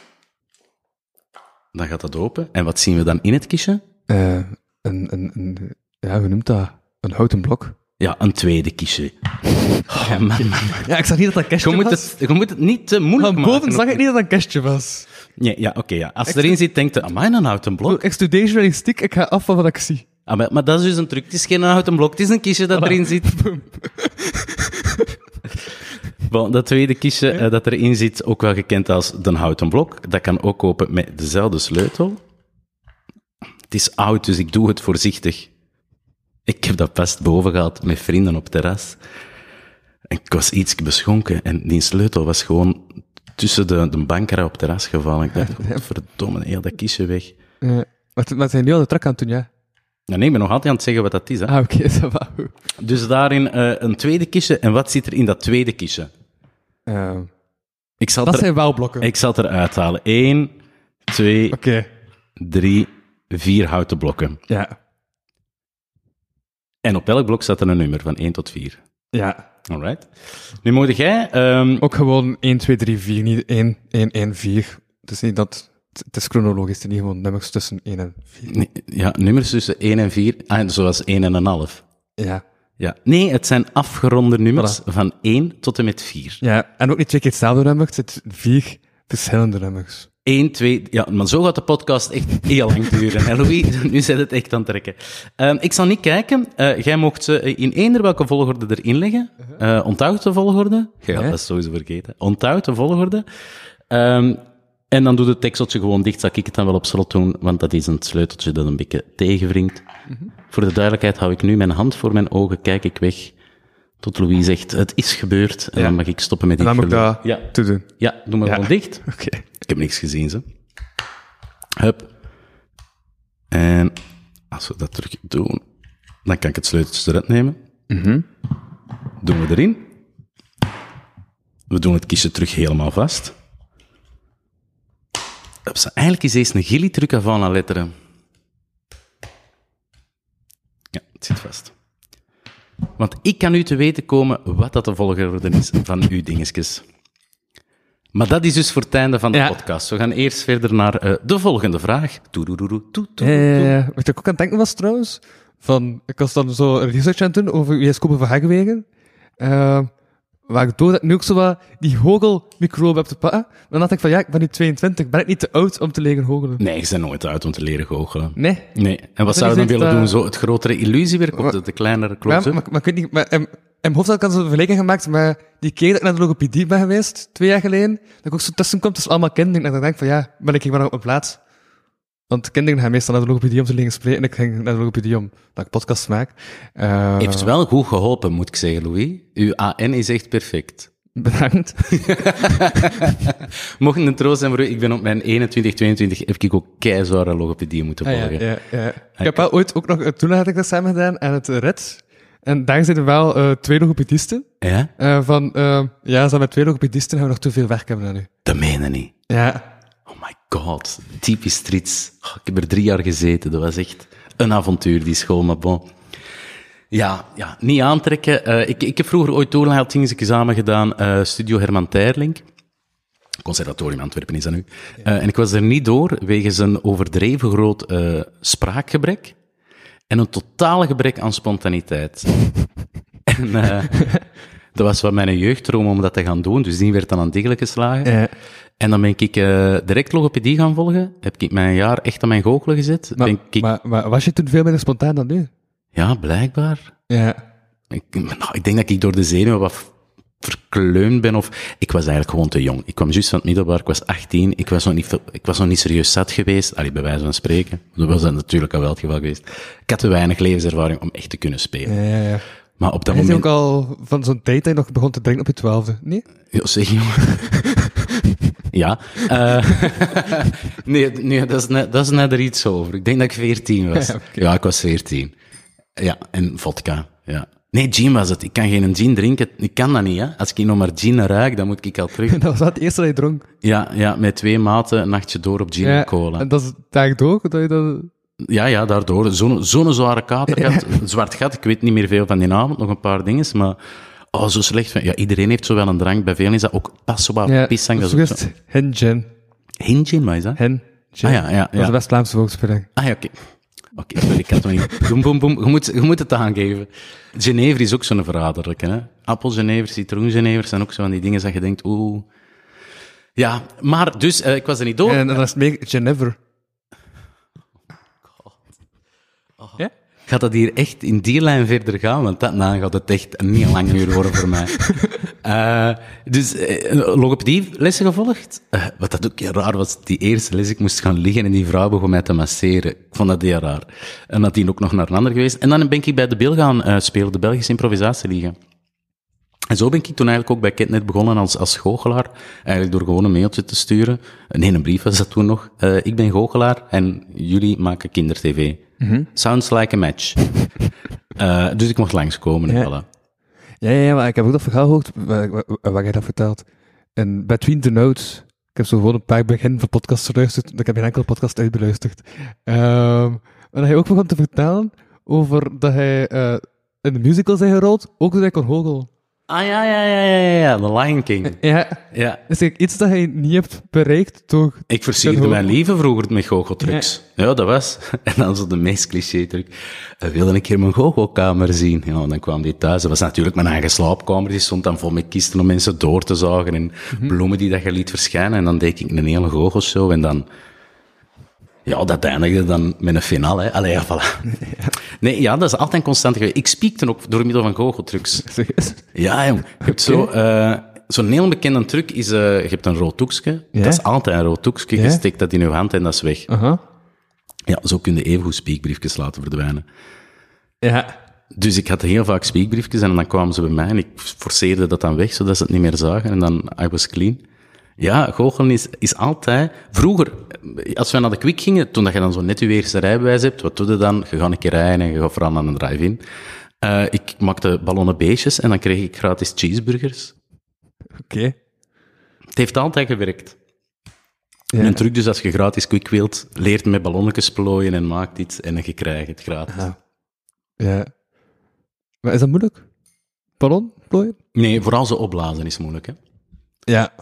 Dan gaat dat open. En wat zien we dan in het kistje? Ja, hoe noemt dat? Een houten blok. Ja, een tweede kistje. Oh, man. Ja, ik zag niet dat dat kistje was. Je moet het niet te moeilijk Van maken. boven zag ik niet dat dat een kistje was. Nee, ja, oké. Ja. Als erin zit, denkt je, amai, een houten blok. Ik studeer journalistiek, ik ga af van wat ik zie. Maar dat is dus een truc. Het is geen houten blok, het is een kistje dat erin zit. Bon, dat tweede kistje dat erin zit, ook wel gekend als de houten blok, dat kan ook open met dezelfde sleutel. Het is oud, dus ik doe het voorzichtig. Ik heb dat best boven gehad met vrienden op terras. En ik was iets beschonken en die sleutel was gewoon tussen de bankrij op terras gevallen. Ik dacht, verdomme, heel dat kistje weg. Wat zijn nu al de trek aan het doen, ja? Ja, nee, ik ben nog altijd aan het zeggen wat dat is. Hè. Ah, oké, dat was goed. Dus daarin een tweede kistje. En wat zit er in dat tweede kistje? Dat zijn wouwblokken. Ik zal het eruit halen. 1, 2, 3, 4 houten blokken. Ja. En op elk blok staat er een nummer van 1 tot 4. Ja. Alright. Nu moet jij... Ook gewoon 1, 2, 3, 4, niet 1, 1, 1, 4. Het is niet dat... Het is chronologisch, het is niet gewoon nummers tussen 1 en 4. Nee, ja, nummers tussen 1 en 4. Zoals 1 en een half. Ja. Ja. Nee, het zijn afgeronde nummers van 1 tot en met 4. Ja, en ook niet 2 keer hetzelfde nummer, het zijn 4 verschillende nummers. 1, 2... Ja, maar zo gaat de podcast echt heel lang duren. En Louis, nu zit het echt aan het trekken. Ik zal niet kijken. Jij mocht ze in eender welke volgorde erin leggen. Onthoud de volgorde. Je gaat dat sowieso vergeten. Onthoud de volgorde. En dan doe het tekseltje gewoon dicht. Zal ik het dan wel op slot doen, want dat is een sleuteltje dat een beetje tegenwringt. Voor de duidelijkheid hou ik nu mijn hand voor mijn ogen, kijk ik weg, tot Louis zegt, het is gebeurd. En dan mag ik stoppen met dit geluk. En dan moet ik dat te doen. Ja, doe maar gewoon dicht. Okay. Ik heb niks gezien, ze. Hup. En als we dat terug doen, dan kan ik het sleuteltje eruit nemen. Doen we erin. We doen het kistje terug helemaal vast. Eigenlijk is deze een gilly-truc avant la lettre. Ja, het zit vast. Want ik kan u te weten komen wat dat de volgorde is van uw dingetjes. Maar dat is dus voor het einde van de podcast. We gaan eerst verder naar de volgende vraag. Wat ik ook aan het denken was trouwens, ik was dan zo research aan het doen over Jacob van Hegewegen. Waardoor dat ik nu ook zo wat die hogelmicrobe heb te pakken. Dan dacht ik van, ik ben nu 22, ben ik niet te oud om te leren goochelen? Nee, je bent nooit te oud om te leren goochelen. Nee? En wat zou je dan willen doen? Zo het grotere illusiewerk of de kleinere close-up? Maar ik weet niet, in mijn hoofd had ik al zo'n vergelijking gemaakt met die keer dat ik naar de logopedie ben geweest, 2 jaar geleden, dat ik ook zo tussenkom tussen allemaal kinderen, en dan denk ik van, ben ik hier wel nog op mijn plaats? Want kinderen gaan meestal naar de logopedie om te leren spreken, en ik ging naar de logopedie om dat ik podcasts maak. Heeft wel goed geholpen, moet ik zeggen, Louis. Uw AN is echt perfect. Bedankt. Mocht een troost zijn voor u, ik ben op mijn 21, 22, heb ik ook keizware logopedie moeten volgen. Ja. Ik heb wel ooit ook nog, toen had ik dat samen gedaan aan het RED. En daar zitten wel 2 logopedisten. Ja? Zo met 2 logopedisten gaan we nog te veel werk hebben dan nu. Dat meen je niet. Ja. Oh my god, typisch Trits. Ik heb er 3 jaar gezeten, dat was echt een avontuur, die school, maar bon. Ja, niet aantrekken. Ik heb vroeger ooit toerleidingexamen gedaan, Studio Herman Teirlink. Conservatorium Antwerpen is dat nu. En ik was er niet door, wegens een overdreven groot spraakgebrek en een totale gebrek aan spontaniteit. En dat was wat mijn jeugddroom om dat te gaan doen, dus die werd dan aan diggelen geslagen. En dan ben ik direct logopedie gaan volgen. Heb ik mijn jaar echt aan mijn goochelen gezet. Maar was je toen veel minder spontaan dan nu? Ja, blijkbaar. Ja. Ik denk dat ik door de zenuwen wat verkleumd ben, of ik was eigenlijk gewoon te jong. Ik kwam juist van het middelbaar, ik was 18, ik was nog niet serieus zat geweest, bij wijze van spreken. Dat was dat natuurlijk al wel het geval geweest. Ik had te weinig levenservaring om echt te kunnen spelen. Ja. Maar op dat moment... moment... Is ook al van zo'n tijd dat je nog begon te drinken op je 12e, nee? Ja, zeg jongen. Ja. Nee, dat is net er iets over. Ik denk dat ik 14 was. Ja, okay. Ja, ik was 14. Ja, en vodka, ja. Nee, gin was het. Ik kan geen gin drinken. Ik kan dat niet, hè. Als ik nog maar gin ruik, dan moet ik al terug. Dat was het eerste dat je dronk. Ja, met 2 maten een nachtje door op gin en cola. En dat is eigenlijk door, dat je dat... Ja, daardoor. Zo'n zware kater gehad. Een zwart gat. Ik weet niet meer veel van die avond. Nog een paar dingen, maar... Oh, zo slecht. Ja, iedereen heeft zo wel een drank. Bij velen is dat ook pas zo wat pissang. Dat is zo. Hen gin. Hen gin, wat is dat? Hen gin. Ja. Dat is de West-Vlaamse volksspelling. Ah ja, oké, sorry, ik had het niet. Boom. Je moet het aangeven. Genever is ook zo'n verraderlijke, hè. Appelgenever, citroengenever zijn ook zo van die dingen dat je denkt, oeh. Ja, maar dus, ik was er niet door. En dan is het meer Genever. Ja? Gaat dat hier echt in die lijn verder gaan? Want dan gaat het echt een heel lang uur worden voor mij. Dus logopedielessen gevolgd. Wat dat ook heel raar was, die eerste les, ik moest gaan liggen en die vrouw begon mij te masseren. Ik vond dat heel raar. En nadien ook nog naar een ander geweest. En dan ben ik bij de Bil gaan spelen, de Belgische improvisatieliga. En zo ben ik toen eigenlijk ook bij Ketnet begonnen als goochelaar. Eigenlijk door gewoon een mailtje te sturen. Nee, een brief was dat toen nog. Ik ben goochelaar en jullie maken kindertv. Sounds like a match. Dus ik mocht langskomen en voilà. Ja, maar ik heb ook dat verhaal gehoord, waar jij dat vertelt. En Between the Notes, ik heb zo gewoon een paar begin van podcasts geluisterd, ik heb geen enkele podcast uitbeluisterd. Maar dat hij ook begon te vertellen over dat hij in de musical zijn gerold, ook dat hij kon goochelen. Ah, ja, The Lion King. Ja. Is er iets dat hij niet hebt bereikt door... Ik versierde mijn leven vroeger met goocheltrucs. Ja, dat was. En dan zo de meest cliché-truc. Wilde een keer mijn goochelkamer zien. Ja, dan kwam die thuis. Dat was natuurlijk mijn eigen slaapkamer. Die stond dan vol met kisten om mensen door te zagen en bloemen die dat je liet verschijnen. En dan deed ik een hele goochelshow en dan... Ja, dat eindigde dan met een finale, hè. Allee, ja, voilà. Nee, ja, dat is altijd constant geweest. Ik spiekte ook door middel van goocheltrucs. Ja, jong. Je hebt zo'n heel bekende truc is, je hebt een rood doekje. Dat is altijd een rood doekje. Je steekt dat in je hand en dat is weg. Ja, zo kun je evengoed spiekbriefjes laten verdwijnen. Ja. Dus ik had heel vaak spiekbriefjes en dan kwamen ze bij mij en ik forceerde dat dan weg, zodat ze het niet meer zagen en dan I was clean. Ja, goochelen is altijd... Vroeger, als we naar de Kwik gingen, toen dat je dan zo net je eerste rijbewijs hebt, wat doe je dan? Je gaat een keer rijden en je gaat vooral naar een drive-in. Ik maakte ballonnen beestjes en dan kreeg ik gratis cheeseburgers. Oké. Het heeft altijd gewerkt. Ja. Een truc dus, als je gratis Kwik wilt, leert met ballonnetjes plooien en maakt iets en je krijgt het gratis. Ja. Maar is dat moeilijk? Ballon plooien? Nee, vooral zo opblazen is moeilijk, hè. Ja.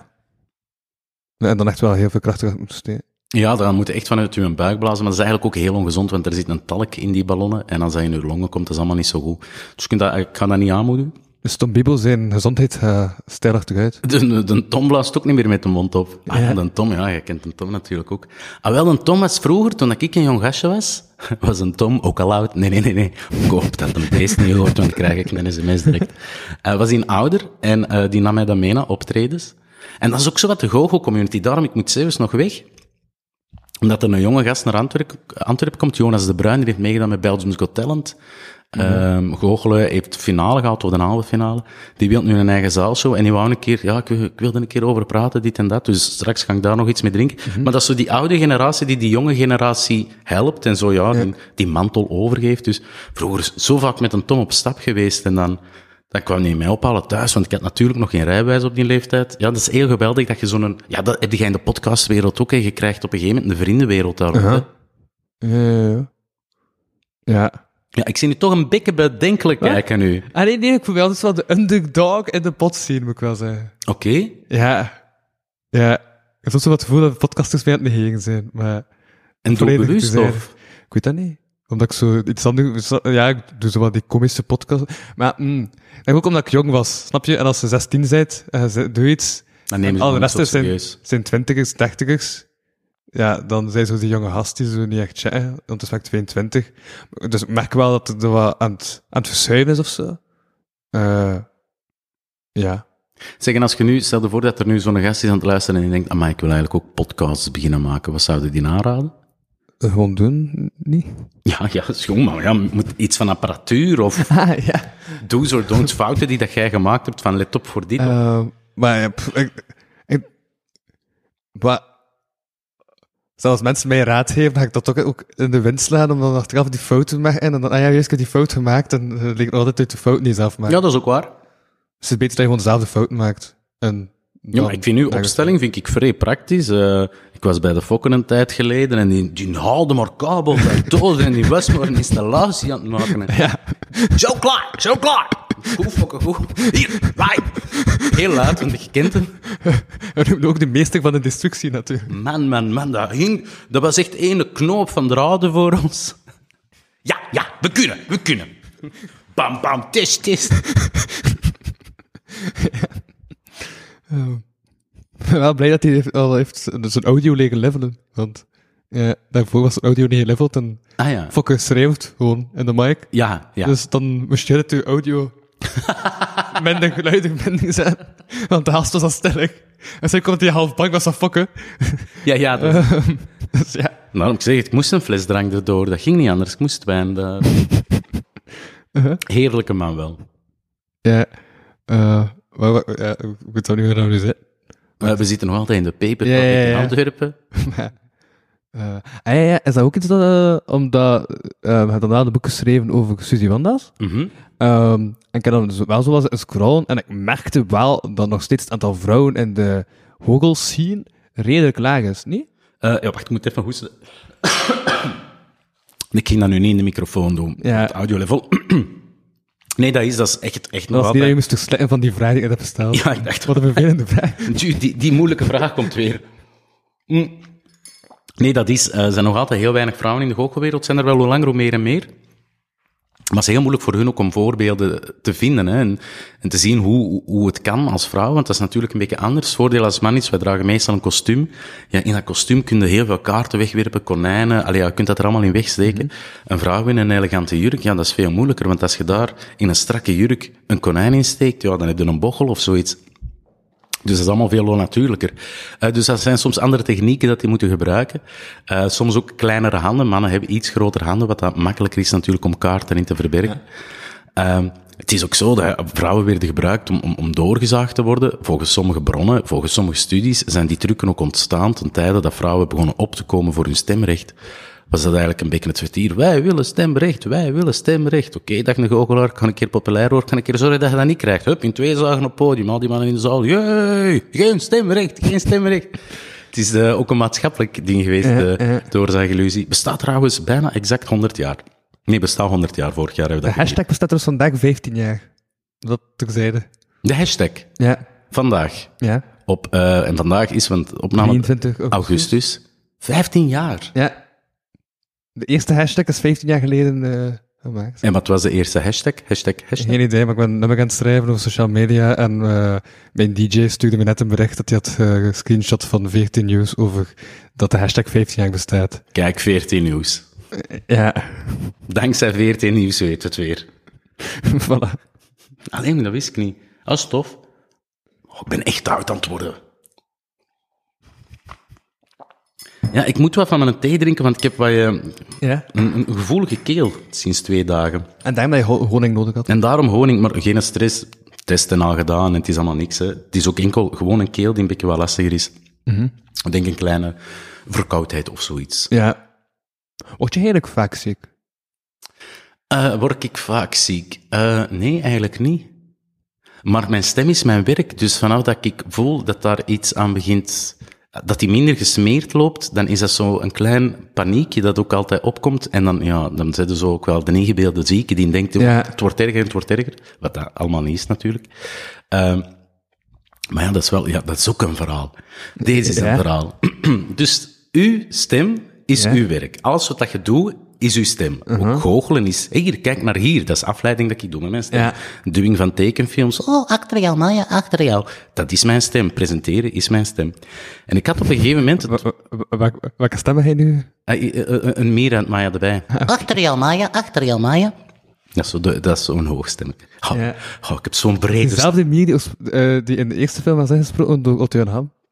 En dan echt wel heel veel krachtig moeten steken. Ja, dan moet je echt vanuit je buik blazen, maar dat is eigenlijk ook heel ongezond, want er zit een talk in die ballonnen, en als dat in je longen komt, dat is allemaal niet zo goed. Dus ik ga dat niet aanmoedigen. Dus Tom Biebel zijn gezondheid stijlachtig uit. De Tom blaast ook niet meer met de mond op. De Tom, ja, je kent de Tom natuurlijk ook. De Tom was vroeger, toen ik een jong gastje was een Tom, ook al oud. Nee. Ik hoop dat een beest niet hoort, want dan krijg ik een sms direct. Was hij ouder, en die nam mij dan mee naar optredens. En dat is ook zo wat de goochel-community. Daarom, ik moet zelfs nog weg. Omdat er een jonge gast naar Antwerpen komt, Jonas de Bruin, die heeft meegedaan met Belgium's Got Talent. Goochelen heeft finale gehad, of de halve finale. Die wil nu een eigen zaalshow. En die wou een keer, ik wilde een keer over praten, dit en dat. Dus straks ga ik daar nog iets mee drinken. Maar dat is zo die oude generatie die jonge generatie helpt. En zo, die mantel overgeeft. Dus vroeger zo vaak met een Tom op stap geweest. En dan kwam hij mij ophalen thuis, want ik had natuurlijk nog geen rijbewijs op die leeftijd. Ja, dat is heel geweldig dat je zo'n... Ja, dat heb je in de podcastwereld ook, hè. Je krijgt op een gegeven moment een vriendenwereld daar ook, hè. Ja. Ja, ik zie nu toch een beetje bedenkelijk kijken nu. Nee, ik voel wel dus wel de underdog in de pot zien, moet ik wel zeggen. Oké. Ja. Ik heb soms wel het gevoel dat de podcasters mij aan het negeren zijn, maar... En doelbewust, of? Ik weet dat niet. Omdat ik zo iets anders... Ja, ik doe zo wat die komische podcast. Maar ook omdat ik jong was, snap je? En als je 16 bent, doe iets... Dan nemen ze al de rest serieus. zijn 20ers, 30ers. Ja, dan zijn zo die jonge gasten die zo niet echt chatten. Want het is 22. Dus ik merk wel dat het er wat aan het verschuiven is of zo. Ja. Zeg, en als je nu, stel je voor dat er nu zo'n gast is aan het luisteren en die denkt, amai, ik wil eigenlijk ook podcasts beginnen maken. Wat zou je die aanraden? Gewoon doen, niet? Ja, dat is jong, maar ja, moet iets van apparatuur of... Ja. Do's or don'ts fouten die dat jij gemaakt hebt van let op voor dit. Maar Maar zelfs mensen mij raad geven, ga ik dat toch ook in de wind slaan om dan achteraf die fouten te maken. En dan, juist, ik heb die fout gemaakt, en het ligt altijd uit de fout die je zelf maakt. Ja, dat is ook waar. Dus het is beter dat je gewoon dezelfde fouten maakt. En Ja, maar ik vind uw opstelling vrij praktisch. Ik was bij de Fokken een tijd geleden en die haalde maar kabel bij dood en die was maar een installatie aan het maken. Ja. Zo klaar! Goed, Fokken, goed. Hier, waai! Heel laat, want je kent hem. We noemen ook de meester van de destructie natuurlijk. Man, dat was echt ene knoop van draden voor ons. Ja, we kunnen. Bam, test. Ik ben wel blij dat hij al heeft zijn audio leren levelen. Want daarvoor was zijn audio niet geleveld en Fokker schreeuwt gewoon in de mic. Ja. Dus dan moest je het je audio minder geluidig zijn. Want de haast was al stellig. En zo komt hij half bang was van Fokker. Ja. Dus ja. Nou, ik zeg, ik moest een fles drank erdoor. Dat ging niet anders. Ik moest wijn. Heerlijke man wel. Ja. Ik weet wel niet meer nou zitten. We zitten nog altijd in de peper in Antwerpen. Is dat ook iets dat... omdat we hebben daarna de boek geschreven over Suzy Wanda's. En ik heb dan dus wel zo eens scrollen en ik merkte wel dat nog steeds het aantal vrouwen in de Hogel-scene redelijk laag is, niet? Wacht, ik moet even hoesten. Ik ging dat nu niet in de microfoon doen. Ja. Het audiolevel. Nee, dat is echt nog dat was niet altijd... dat je moest versletten van die vraag die ik heb gesteld. Ja, ik dacht... Wat een vervelende vraag. Die moeilijke vraag komt weer. Nee, dat is... Er zijn nog altijd heel weinig vrouwen in de goochelwereld. Zijn er wel hoe langer hoe meer en meer. Maar het is heel moeilijk voor hun ook om voorbeelden te vinden. Hè, en te zien hoe het kan als vrouw. Want dat is natuurlijk een beetje anders. Het voordeel als man is, wij dragen meestal een kostuum. Ja, in dat kostuum kun je heel veel kaarten wegwerpen, konijnen. Je kunt dat er allemaal in wegsteken. Een vrouw in een elegante jurk, ja, dat is veel moeilijker. Want als je daar in een strakke jurk een konijn in steekt, ja, dan heb je een bochel of zoiets. Dus dat is allemaal veel onnatuurlijker. Dus dat zijn soms andere technieken dat die moeten gebruiken. Soms ook kleinere handen. Mannen hebben iets grotere handen, wat dat makkelijker is natuurlijk om kaarten in te verbergen. Ja. Het is ook zo dat vrouwen werden gebruikt om doorgezaagd te worden. Volgens sommige bronnen, volgens sommige studies, zijn die trucken ook ontstaan ten tijde dat vrouwen begonnen op te komen voor hun stemrecht. Was dat eigenlijk een beetje het vertier. Wij willen stemrecht. Oké, dag een goochelaar, kan een keer populair worden, kan een keer zorgen dat je dat niet krijgt. Hup, in 2 zagen op podium, al die mannen in de zaal. Jee, geen stemrecht. Het is ook een maatschappelijk ding geweest, de oorzaakillusie. Bestaat trouwens bijna exact 100 jaar. Nee, bestaat 100 jaar. Vorig jaar hebben we dat De hashtag bestaat dus vandaag 15 jaar. Dat terzijde. De hashtag? Ja. Vandaag? Ja. En vandaag is, want opname 23 augustus. 15 jaar? Ja. De eerste hashtag is 15 jaar geleden gemaakt. En wat was de eerste hashtag? Geen idee, maar ik ben aan het schrijven over social media en mijn DJ stuurde me net een bericht dat hij had gescreenshot van 14 Nieuws over dat de hashtag 15 jaar bestaat. Kijk, 14 Nieuws. Ja. Dankzij 14 Nieuws weet het weer. Voilà. Alleen, dat wist ik niet. Dat is tof. Ik ben echt oud aan het worden. Ja, ik moet wat van mijn thee drinken, want ik heb een gevoelige keel sinds 2 dagen. En daarom dat je honing nodig had? En daarom honing, maar geen stress. Testen al gedaan en het is allemaal niks. Hè. Het is ook enkel gewoon een keel die een beetje wat lastiger is. Ik denk een kleine verkoudheid of zoiets. Ja. Word je eigenlijk vaak ziek? Word ik vaak ziek? Nee, eigenlijk niet. Maar mijn stem is mijn werk, dus vanaf dat ik voel dat daar iets aan begint... dat die minder gesmeerd loopt, dan is dat zo een klein paniekje dat ook altijd opkomt. En dan zitten zo ook wel de ingebeelde zieke die denkt, het wordt erger. Wat dat allemaal niet is natuurlijk. Maar ja, dat is ook een verhaal. Deze is een verhaal. Dus uw stem is uw werk. Alles wat je doet, is uw stem. Ook goochelen is... Hier, kijk naar hier. Dat is afleiding dat ik doe met mijn stem. Ja. Duwing van tekenfilms. Oh, achter jou, Maya, achter jou. Dat is mijn stem. Presenteren is mijn stem. En ik had op een gegeven moment... Welke stem heb jij nu? Een meer aan Maya erbij. Achter jou, Maya. Dat is zo'n hoogstem. Ik heb zo'n brede... Dezelfde Mier die in de eerste film was ingesproken door Otto Jan Ham.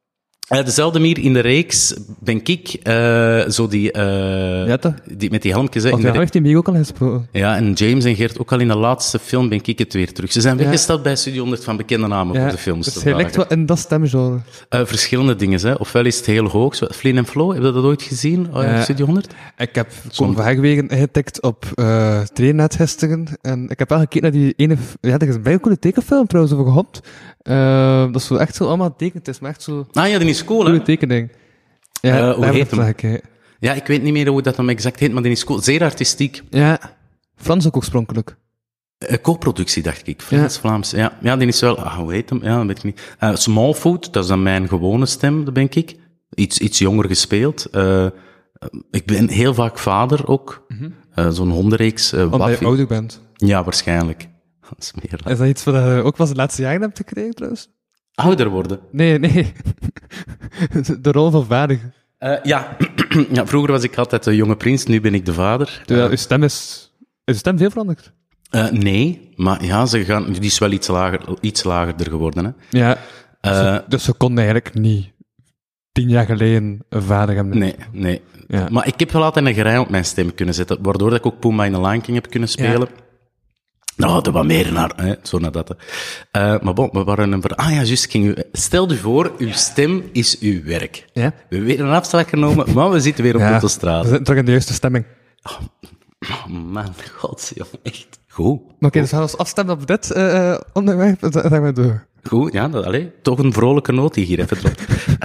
Dezelfde manier in de reeks ben ik zo die met die helmpjes. Want daar heeft hij mij ook al gesproken. Ja, en James en Gert ook al in de laatste film ben ik het weer terug. Ze zijn weggesteld bij Studio 100 van bekende namen voor de films. Dus hij lijkt wel in dat stemgenre. Verschillende dingen, hè. Ofwel is het heel hoog. Flynn en Flo, heb je dat ooit gezien? Studio 100? Ik heb Kom van Hegwegen ingetikt op Trainnet gisteren. En ik heb wel gekeken naar die ene... Ja, er is een bijna coole tekenfilm trouwens over gehad. Dat is zo echt zo allemaal tekend. Het is maar echt zo... Ah ja, die is cool, hè? Coole tekening. Ja, hoe heet hem? Ik. Ja, ik weet niet meer hoe dat dan exact heet, maar die is cool. Zeer artistiek. Ja. Frans ook oorspronkelijk. Co-productie, dacht ik. Frans-Vlaams. Ja, die is wel... hoe heet hem? Ja, dat weet ik niet. Smallfoot, dat is dan mijn gewone stem, dat ben ik. Iets jonger gespeeld. Ik ben heel vaak vader ook. Zo'n hondenreeks. Omdat je ouder bent. Ja, waarschijnlijk. Dat is dat iets wat je ook pas de laatste jaren hebt gekregen, trouwens? Ouder worden? Nee. De rol van vader. Ja, vroeger was ik altijd de jonge prins, nu ben ik de vader. Uw stem is uw stem veel veranderd? Nee, maar ja, die is wel iets lagerder geworden. Hè. Ja, dus ze konden eigenlijk niet 10 jaar geleden een vader hebben. Nee. Ja. Maar ik heb wel altijd een gerei op mijn stem kunnen zetten, waardoor ik ook Pumbaa in de Lion King heb kunnen spelen. Ja. Nou, er was meer naar, hè, zo naar dat. Maar bon, we waren juist, stel je voor, uw stem is uw werk. Ja? We hebben weer een afslag genomen, maar we zitten weer op de straat. We zitten toch in de juiste stemming. Oh man, godsjongen, echt. Goed. Oké, dus gaan we ons afstemmen op dit onderwerp, dan gaan we door. Goed, ja, toch een vrolijke noot die hier even dropt.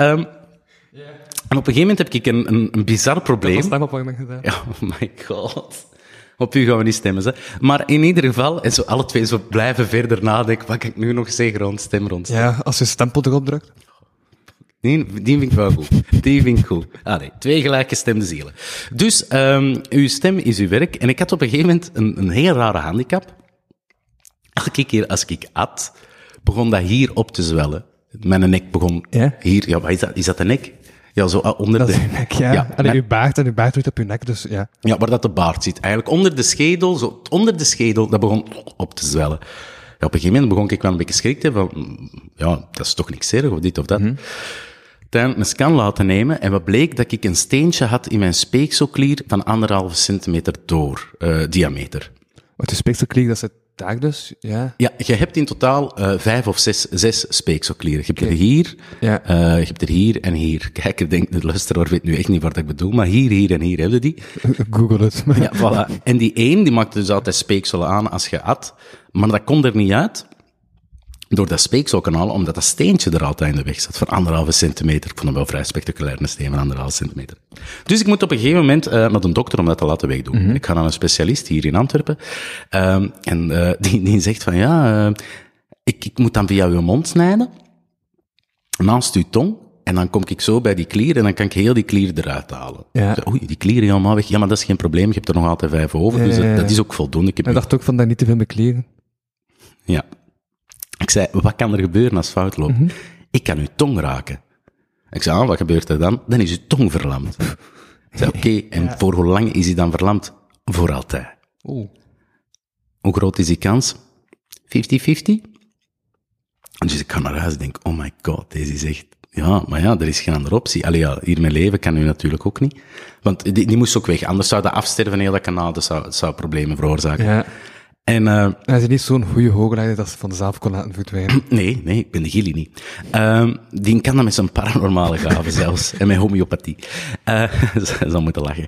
En op een gegeven moment heb ik een bizar probleem. Dat was stemopwarming gedaan. Ja, oh my god. Op u gaan we niet stemmen, hè. Maar in ieder geval, en zo alle twee zo blijven verder nadenken, wat kan ik nu nog zeggen rond stem. Ja, als je stempel erop drukt. Die vind ik wel goed. Die vind ik goed. Nee, 2 gelijkgestemde zielen. Dus, uw stem is uw werk. En ik had op een gegeven moment een heel rare handicap. Elke keer als ik at, begon dat hier op te zwellen. Mijn nek begon hier. Ja, wat is dat? Is dat de nek? Ja, zo onder dat de... is uw nek, ja. En uw baard doet op uw nek, dus ja. Ja, waar dat de baard zit. Eigenlijk onder de schedel, zo onder de schedel, dat begon op te zwellen. Ja, op een gegeven moment begon ik wel een beetje schrik te hebben van, ja, dat is toch niks erg, of dit of dat. Toen een scan laten nemen, en wat bleek dat ik een steentje had in mijn speekselklier van 1,5 centimeter door diameter. Wat de speekselklier, dat is het daar dus, ja? Ja, je hebt in totaal 5 of 6 speekselklieren. Je hebt er hier, je hebt er hier en hier. Kijk, ik denk, de luisteraar weet nu echt niet wat ik bedoel, maar hier en hier hebben die. Google het. Ja, voilà. En die die maakte dus altijd speekselen aan als je at, maar dat kon er niet uit door dat speekselkanaal, omdat dat steentje er altijd in de weg zat, van 1,5 centimeter. Ik vond hem wel vrij spectaculair, een steen van 1,5 centimeter. Dus ik moet op een gegeven moment met een dokter om dat te laten wegdoen. Ik ga naar een specialist hier in Antwerpen, en die zegt van, ik moet dan via uw mond snijden, naast uw tong, en dan kom ik zo bij die klier, en dan kan ik heel die klier eruit halen. Ja. Oei, die klier helemaal weg. Ja, maar dat is geen probleem, je hebt er nog altijd 5 over, dus dat is ook voldoende. Ik dacht ook van, daar niet te veel met klieren. Ja. Ik zei, wat kan er gebeuren als het fout loopt? Ik kan uw tong raken. Ik zei, wat gebeurt er dan? Dan is uw tong verlamd. Ik zei, oké, en voor hoe lang is hij dan verlamd? Voor altijd. Hoe groot is die kans? 50-50? En dus ik ga naar huis en denk, oh my god, deze is echt... Ja, maar ja, er is geen andere optie. Allee, ja, hier mijn leven kan nu natuurlijk ook niet. Want die moest ook weg, anders zou dat afsterven, heel dat kanaal, dat zou problemen veroorzaken. Ja. En, hij is niet zo'n goede hoogleider dat ze vanzelf kon laten verdwijnen. Nee, ik ben de Gilly niet. Die kan dat met zijn paranormale gaven zelfs. En met homeopathie. Ze zal moeten lachen.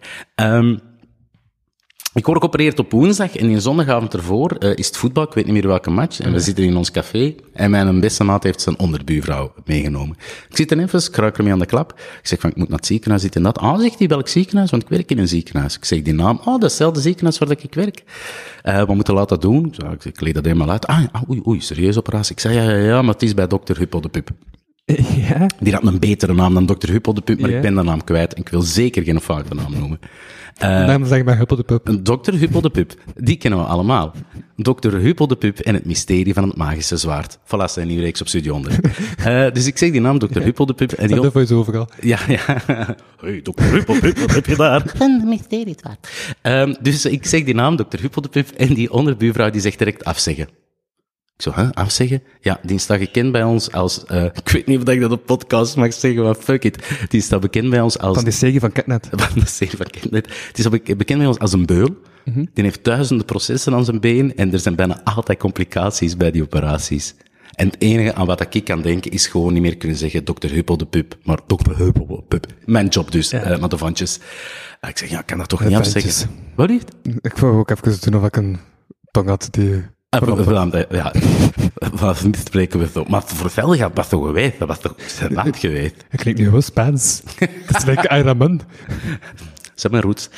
Ik word geopereerd op woensdag en die zondagavond ervoor is het voetbal, ik weet niet meer welke match, en we zitten in ons café en mijn beste maat heeft zijn onderbuurvrouw meegenomen. Ik zit er even, ik ruik ermee aan de klap. Ik zeg van, ik moet naar het ziekenhuis, dit en dat. Zegt hij, welk ziekenhuis? Want ik werk in een ziekenhuis. Ik zeg die naam, dat is hetzelfde ziekenhuis waar ik werk. We moeten laten doen. Ik leed dat helemaal uit. Oei, serieus operatie. Ik zei, ja, maar het is bij dokter Huppel de Pup. Ja? Die had een betere naam dan dokter Huppel de Pup, maar ik ben de naam kwijt en ik wil zeker geen foute naam noemen. Daarom zeg ik maar Huppel de Pup. Dr. Huppel de Pup, die kennen we allemaal. Dr. Huppel de Pup en het mysterie van het magische zwaard. Voilà, zijn nieuwe reeks op Studio 100. Dus ik zeg die naam, Dr. Huppel de Pup. En die dat is overal. Ja. Hey, Dr. Huppel de Pup, wat heb je daar? Een mysterie zwaard. Dus ik zeg die naam, Dr. Huppel de Pup, en die onderbuurvrouw die zegt direct afzeggen. Ik zo, afzeggen? Ja, die staat gekend bij ons als... ik weet niet of ik dat op podcast mag zeggen, maar fuck it. Die staat bekend bij ons als... Van die serie van Ketnet. Van de serie van Ketnet. Die is bekend bij ons als een beul. Die heeft duizenden processen aan zijn been en er zijn bijna altijd complicaties bij die operaties. En het enige aan wat ik kan denken is gewoon niet meer kunnen zeggen Dr. Huppel de Pup, maar Dr. Huppel de Pup. Mijn job dus, met de vantjes. Ik zeg, ja, ik kan dat toch niet afzeggen. Wat lief? Ik wou ook even doen of ik een tong had die... Ja, wat spreken we zo? Maar voor Velga, dat was toch geweest? Dat was toch land geweest? Ik klinkt nu gewoon Spaans. Dat is like Iron Man. Zeg maar roots.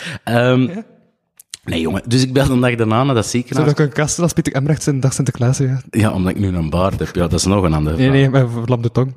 Nee, jongen. Dus ik bel een dag daarna naar dat ziekenhuis. Zou ik een kasten als Pieter Embrecht zijn dag Sinterklaas, ja? Ja, omdat ik nu een baard heb. Ja, dat is nog een andere vraag. Nee, maar verlamde tong.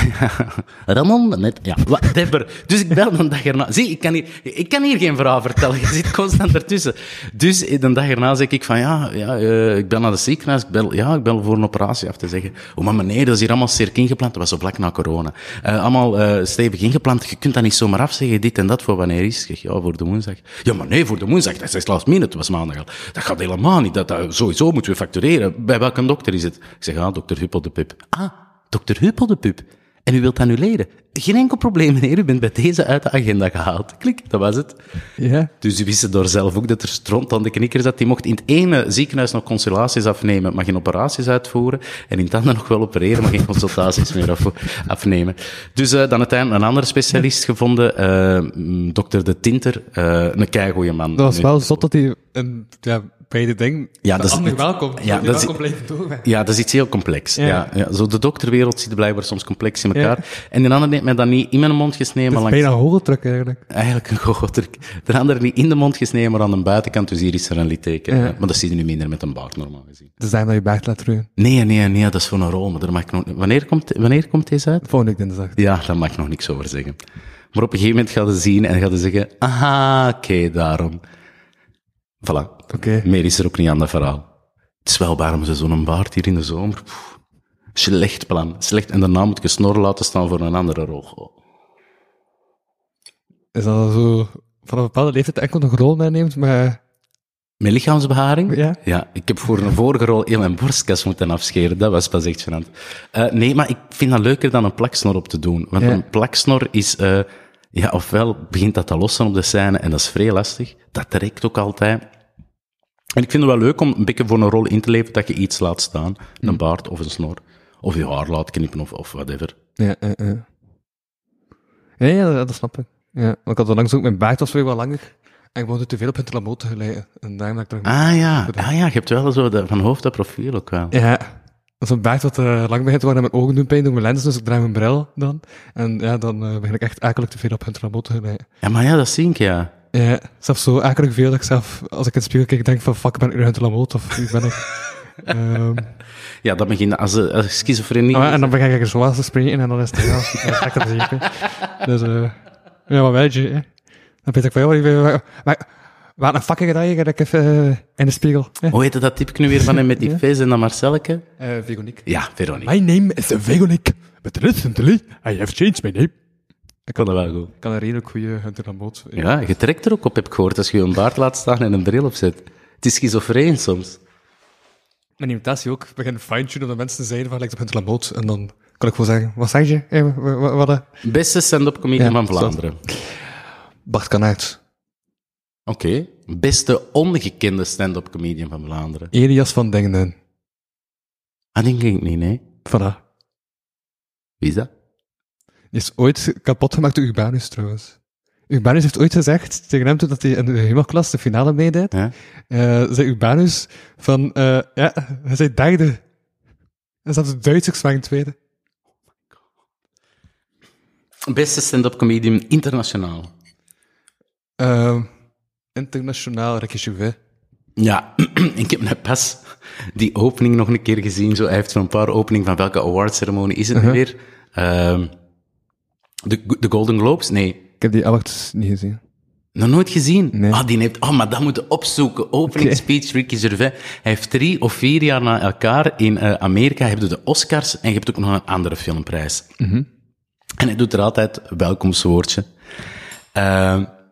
Ramon, net, ja, whatever. Dus ik bel een dag erna. Zie, ik kan hier geen verhaal vertellen. Je zit constant ertussen. Dus de dag erna zeg ik van, ik bel naar de ziekenhuis. Ik bel voor een operatie af te zeggen. Oh, maar nee, dat is hier allemaal sterk ingeplant. Dat was zo vlak na corona. Allemaal stevig ingeplant. Je kunt dat niet zomaar afzeggen, dit en dat, voor wanneer is. Ik zeg, ja, voor de woensdag. Ja, maar nee, voor de woensdag. Dat is last minute, was maandag al. Dat gaat helemaal niet. Dat sowieso moeten we factureren. Bij welke dokter is het? Ik zeg, dokter Huppel de Pup. Ah, dokter Huppel de Pup. En u wilt annuleren? Geen enkel probleem, meneer. U bent bij deze uit de agenda gehaald. Klik, dat was het. Ja. Dus u wist door zelf ook dat er stront aan de knikker zat. Die mocht in het ene ziekenhuis nog consultaties afnemen, maar geen operaties uitvoeren. En in het andere nog wel opereren, maar geen consultaties meer afnemen. Dus dan uiteindelijk een andere specialist gevonden, dokter De Tinter, een keigoeie man. Dat was wel zot dat hij bij de ding, dat is ander welkom. Ja, dat is iets heel complex. Ja, zo de dokterwereld ziet blijkbaar soms complex in elkaar. Ja. En de ander heeft mij dat niet in mijn mond gesneden, maar langs... bijna een goocheltruc eigenlijk. Eigenlijk een goocheltruc. De ander niet in de mond gesneden, maar aan de buitenkant, dus hier is er een litteken. Ja. Maar dat zie je nu minder met een baard, normaal gezien. Dus daarom dat je baard laat groeien? Nee, dat is voor een rol, maar daar mag ik nog... Wanneer komt deze uit? Volgende week dinsdag. Ja, daar mag ik nog niks over zeggen. Maar op een gegeven moment gaat je zien en gaat je zeggen, oké, daarom. Voilà. Okay. Meer is er ook niet aan dat verhaal. Het is wel warm, zo'n baard hier in de zomer. Slecht plan. Slecht. En daarna moet je snor laten staan voor een andere rol. Is dat zo van een bepaalde leeftijd enkel nog rol meeneemt, maar... Met lichaamsbeharing? Ja. Ja, ik heb voor een vorige rol heel mijn borstkas moeten afscheren. Dat was pas echt gênant. Nee, maar ik vind dat leuker dan een plaksnor op te doen. Want een plaksnor is... ofwel begint dat te lossen op de scène en dat is vrij lastig. Dat trekt ook altijd. En ik vind het wel leuk om een beetje voor een rol in te leven dat je iets laat staan. Een baard of een snor. Of je haar laat knippen of whatever. Ja, dat snap ik. Ja, ik had onlangs ook, mijn baard was weer wat langer. En ik woonde te veel op het lamoot geleiden. En daarom dat ik je hebt wel zo van hoofd tot profiel ook wel. Ja. Zo'n baard wat lang begint te worden en mijn ogen doen pijn door mijn lens, dus ik draai mijn bril dan. En dan begin ik echt akelig te veel op het lamoot te geleiden. Ja, maar dat zie ik, ja. Ja, zelfs zo akelig veel dat ik zelf, als ik in het spiegel kijk, denk van, fuck, ben ik nu aan het lamoot, of wie ben ik? Ja, dat begint als schizofrenie. En dan begin ik er zo aan te spreken en dan is het wel lekker te zien. Dus, wat weet je, hè? Dan weet ik van, wat een fucking gedaan dat ik even in de spiegel. Hoe heette dat type nu weer van hem met die vis en dan Marcelleke? Veronique. Ja, Veronique. My name is Veronique, but recently I have changed my name. Ik kan dat wel goed. Ik kan een redelijk goede Hunter Lamoot. Ja, je trekt er ook op, heb ik gehoord, als je een baard laat staan en een bril opzet. Het is schizofreen soms. Mijn imitatie ook. Ik begin fine-tunen dat mensen zeiden van, lijkt op Hunter Lamoot. En dan kan ik gewoon zeggen, wat zeg je? Wat? Beste stand-up comedian van Vlaanderen. Bart Kanaert. Oké. Beste ongekende stand-up comedian van Vlaanderen. Elias van Dingenen. Denk ik niet, nee. Voilà. Wie is dat? Die is ooit kapot gemaakt door Urbanus, trouwens. Urbanus heeft ooit gezegd tegen hem toen dat hij in de humorklas de finale meedeed. Ja? Zei Urbanus van, hij zei derde. En zat de Duitsers waren tweede. Beste stand-up comedian internationaal. Internationaal, Ricky Gervais. Ja, ik heb net pas die opening nog een keer gezien. Hij heeft zo'n paar openingen van welke awardceremonie is het nu weer? De Golden Globes? Nee. Ik heb die awards niet gezien. Nog nooit gezien? Nee. Die heeft... maar dat moeten opzoeken. Opening speech, Ricky Gervais. Hij heeft 3 of 4 jaar na elkaar in Amerika heb je de Oscars en je hebt ook nog een andere filmprijs. En hij doet er altijd een welkomstwoordje.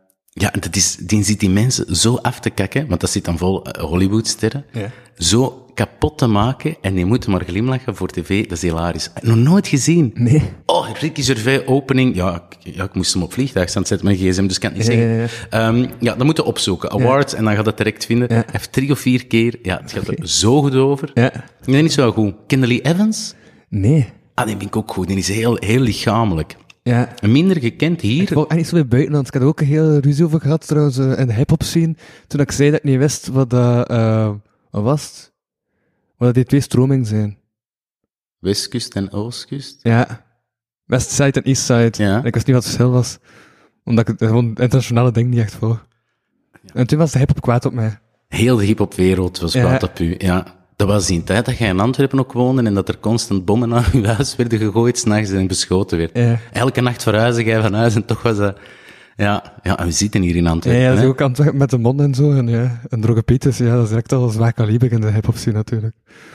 Die zit die mensen zo af te kakken, want dat zit dan vol Hollywoodsterren. Ja. Zo kapot te maken en je moet maar glimlachen voor tv. Dat is hilarisch. Nog nooit gezien. Nee. Oh, Ricky Gervais opening. Ja, ik moest hem op vliegtuig staan zetten met mijn gsm, dus ik kan het niet zeggen. Ja, dat moeten opzoeken. Awards, en dan gaat het direct vinden. Hij heeft 3 of 4 keer. Ja, het gaat er zo goed over. Ja. Nee, niet zo goed. Kendall Evans? Nee. Ah, die vind ik ook goed. Die is heel lichamelijk. Ja. Minder gekend hier. Ik wou eigenlijk zo bij buitenland. Ik had er ook een hele ruzie over gehad, trouwens, in de hip-hop scene. Toen ik zei dat ik niet wist wat dat, wat was het? Wat dat die 2 stromingen zijn. Westkust en Oostkust? Ja. Westside en Eastside. Ja. En ik wist niet wat het verschil was. Omdat ik het gewoon internationale ding niet echt voor. Ja. En toen was de hip-hop kwaad op mij. Heel de hip-hopwereld was kwaad op u, ja. Dat was in tijd dat jij in Antwerpen ook woonde en dat er constant bommen naar uw huis werden gegooid, 's nachts en beschoten werd. Ja. Elke nacht verhuisde jij van huis en toch was dat... Ja, we zitten hier in Antwerpen. Ja, dat is hè. ook aan het werken met de mond en zo. En ja, en Droge Pieters, ja, dat is direct al zwaar kaliber in de hip-hop scene natuurlijk.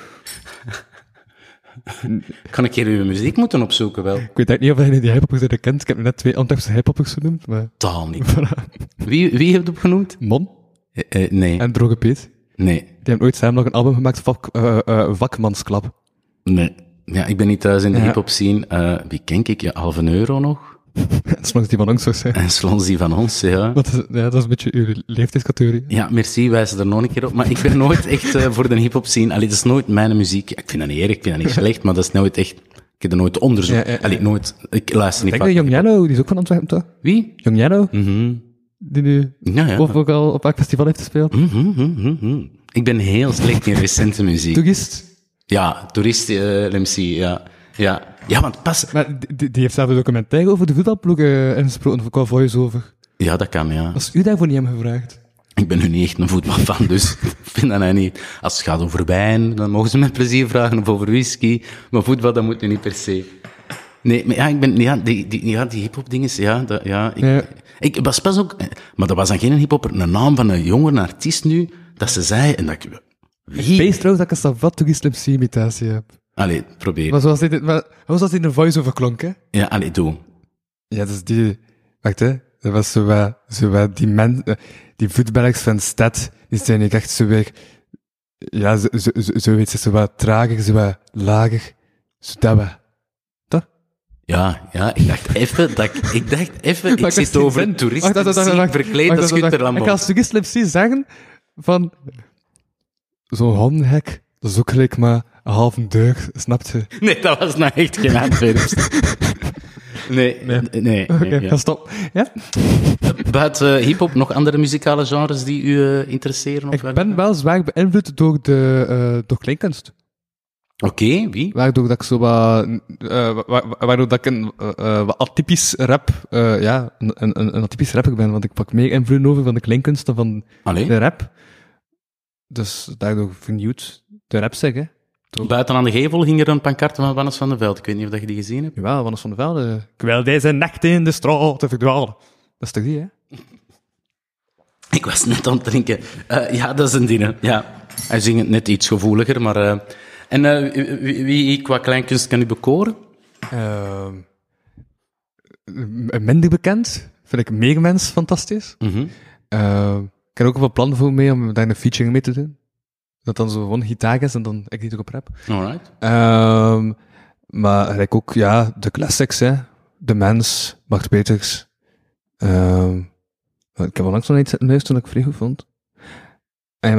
Kan ik hier uw muziek moeten opzoeken, wel? Ik weet eigenlijk niet of je die hip-hoppers kent. Ik heb nu net 2 Antwerpse hip-hoppers genoemd, maar... Totaal niet. Wie heeft het opgenoemd? Mon Nee. en Droge Piet. Nee. Die hebben ooit samen nog een album gemaakt, Vakmansklap. Nee. Ja, ik ben niet thuis in de hip-hop scene. Wie ken ik? Ja, €1 nog. Dat is langs die van ons zo zijn. En Slons die van ons, ja. Dat is een beetje uw leeftijdscategorie. Ja, merci, wijs er nog een keer op. Maar ik ben nooit echt voor de hip-hop scene. Allee, dat is nooit mijn muziek. Ja, ik vind dat niet erg, ik vind dat niet slecht, maar dat is nooit echt... Ik heb er nooit onderzoek. Ja. Allee, nooit. Ik luister niet Ik denk dat vaak. Young Yellow, die is ook van Antwerpen, toch? Wie? Young Yellow, Mhm. die nu Ja. ook al op elk festival heeft gespeeld. Mhm. Ik ben heel slecht in recente muziek. Toegist. Ja, toerist, LMC, ja. Ja, want pas... Maar die heeft zelf een documentaire over de voetbalploeg ingesproken, qua voice-over. Ja, dat kan, ja. Als u daarvoor niet hem gevraagd. Ik ben nu niet echt een voetbalfan, dus ik vind dat nou niet... Als het gaat over wijn, dan mogen ze met plezier vragen, of over whisky. Maar voetbal, dat moet nu niet per se. Nee, maar ja, ik ben... Ja, die hiphop dinges, ik was pas ook... Maar dat was dan geen hiphopper, een naam van een jonge artiest nu, dat ze zei, en dat ik... Ik weet trouwens dat ik een Savat Toegist MC-imitatie heb. Allee, probeer. Maar zoals die in de voice-over klonk, hè? Ja, allee, doe. Ja, dus die... Wacht, hè. Dat was zo die voetballers van Stad, die zijn hier echt zo weer... Ja, zo weet je, zo wat trager, zo wat lager. Zo dat wat. Toch? Ja, ik dacht even, ik zit over een toerist verkleed als Gunther Ik Lambert. ga als Toegist MC zeggen van... Zo'n hondenhek, dat is ook gelijk maar een halve deur, snap je? Nee, dat was nou echt geen Antwerps. Nee. Oké, ja. ga stop. Ja? Buiten hiphop nog andere muzikale genres die u interesseren? Of Ik ben wel zwaar beïnvloed door kleinkunst. Oké, wie? Waardoor dat ik zo wat... waardoor dat ik een wat atypisch rap... een atypisch rapper ben, want ik pak meer invloed over van de kleinkunst dan van Allee? de rap. Dus daardoor vernieuwd de rap zeggen. Buiten aan de gevel ging er een pancarte van Wannes van der Veld. Ik weet niet of dat je die gezien hebt. Jawel, Wannes van der Velde. Ik wil deze nacht in de straat te verdwalen. Dat is toch die, hè? Ik was net aan het denken. Ja, dat is een ding. Ja, hij zingt net iets gevoeliger, maar... En wie qua kleinkunst kan u bekoren? Minder bekend. Vind ik Meermens fantastisch. Ik heb ook wel plannen voor mee om daar een featuring mee te doen. Dat dan zo gewoon gitaar is en dan ik niet ook op rap. Alright. Maar eigenlijk ook, ja, de classics, hè. De Mens, Bart Peters. Ik heb al langs nog iets zitten luisteren dat ik vrij goed vond. Maar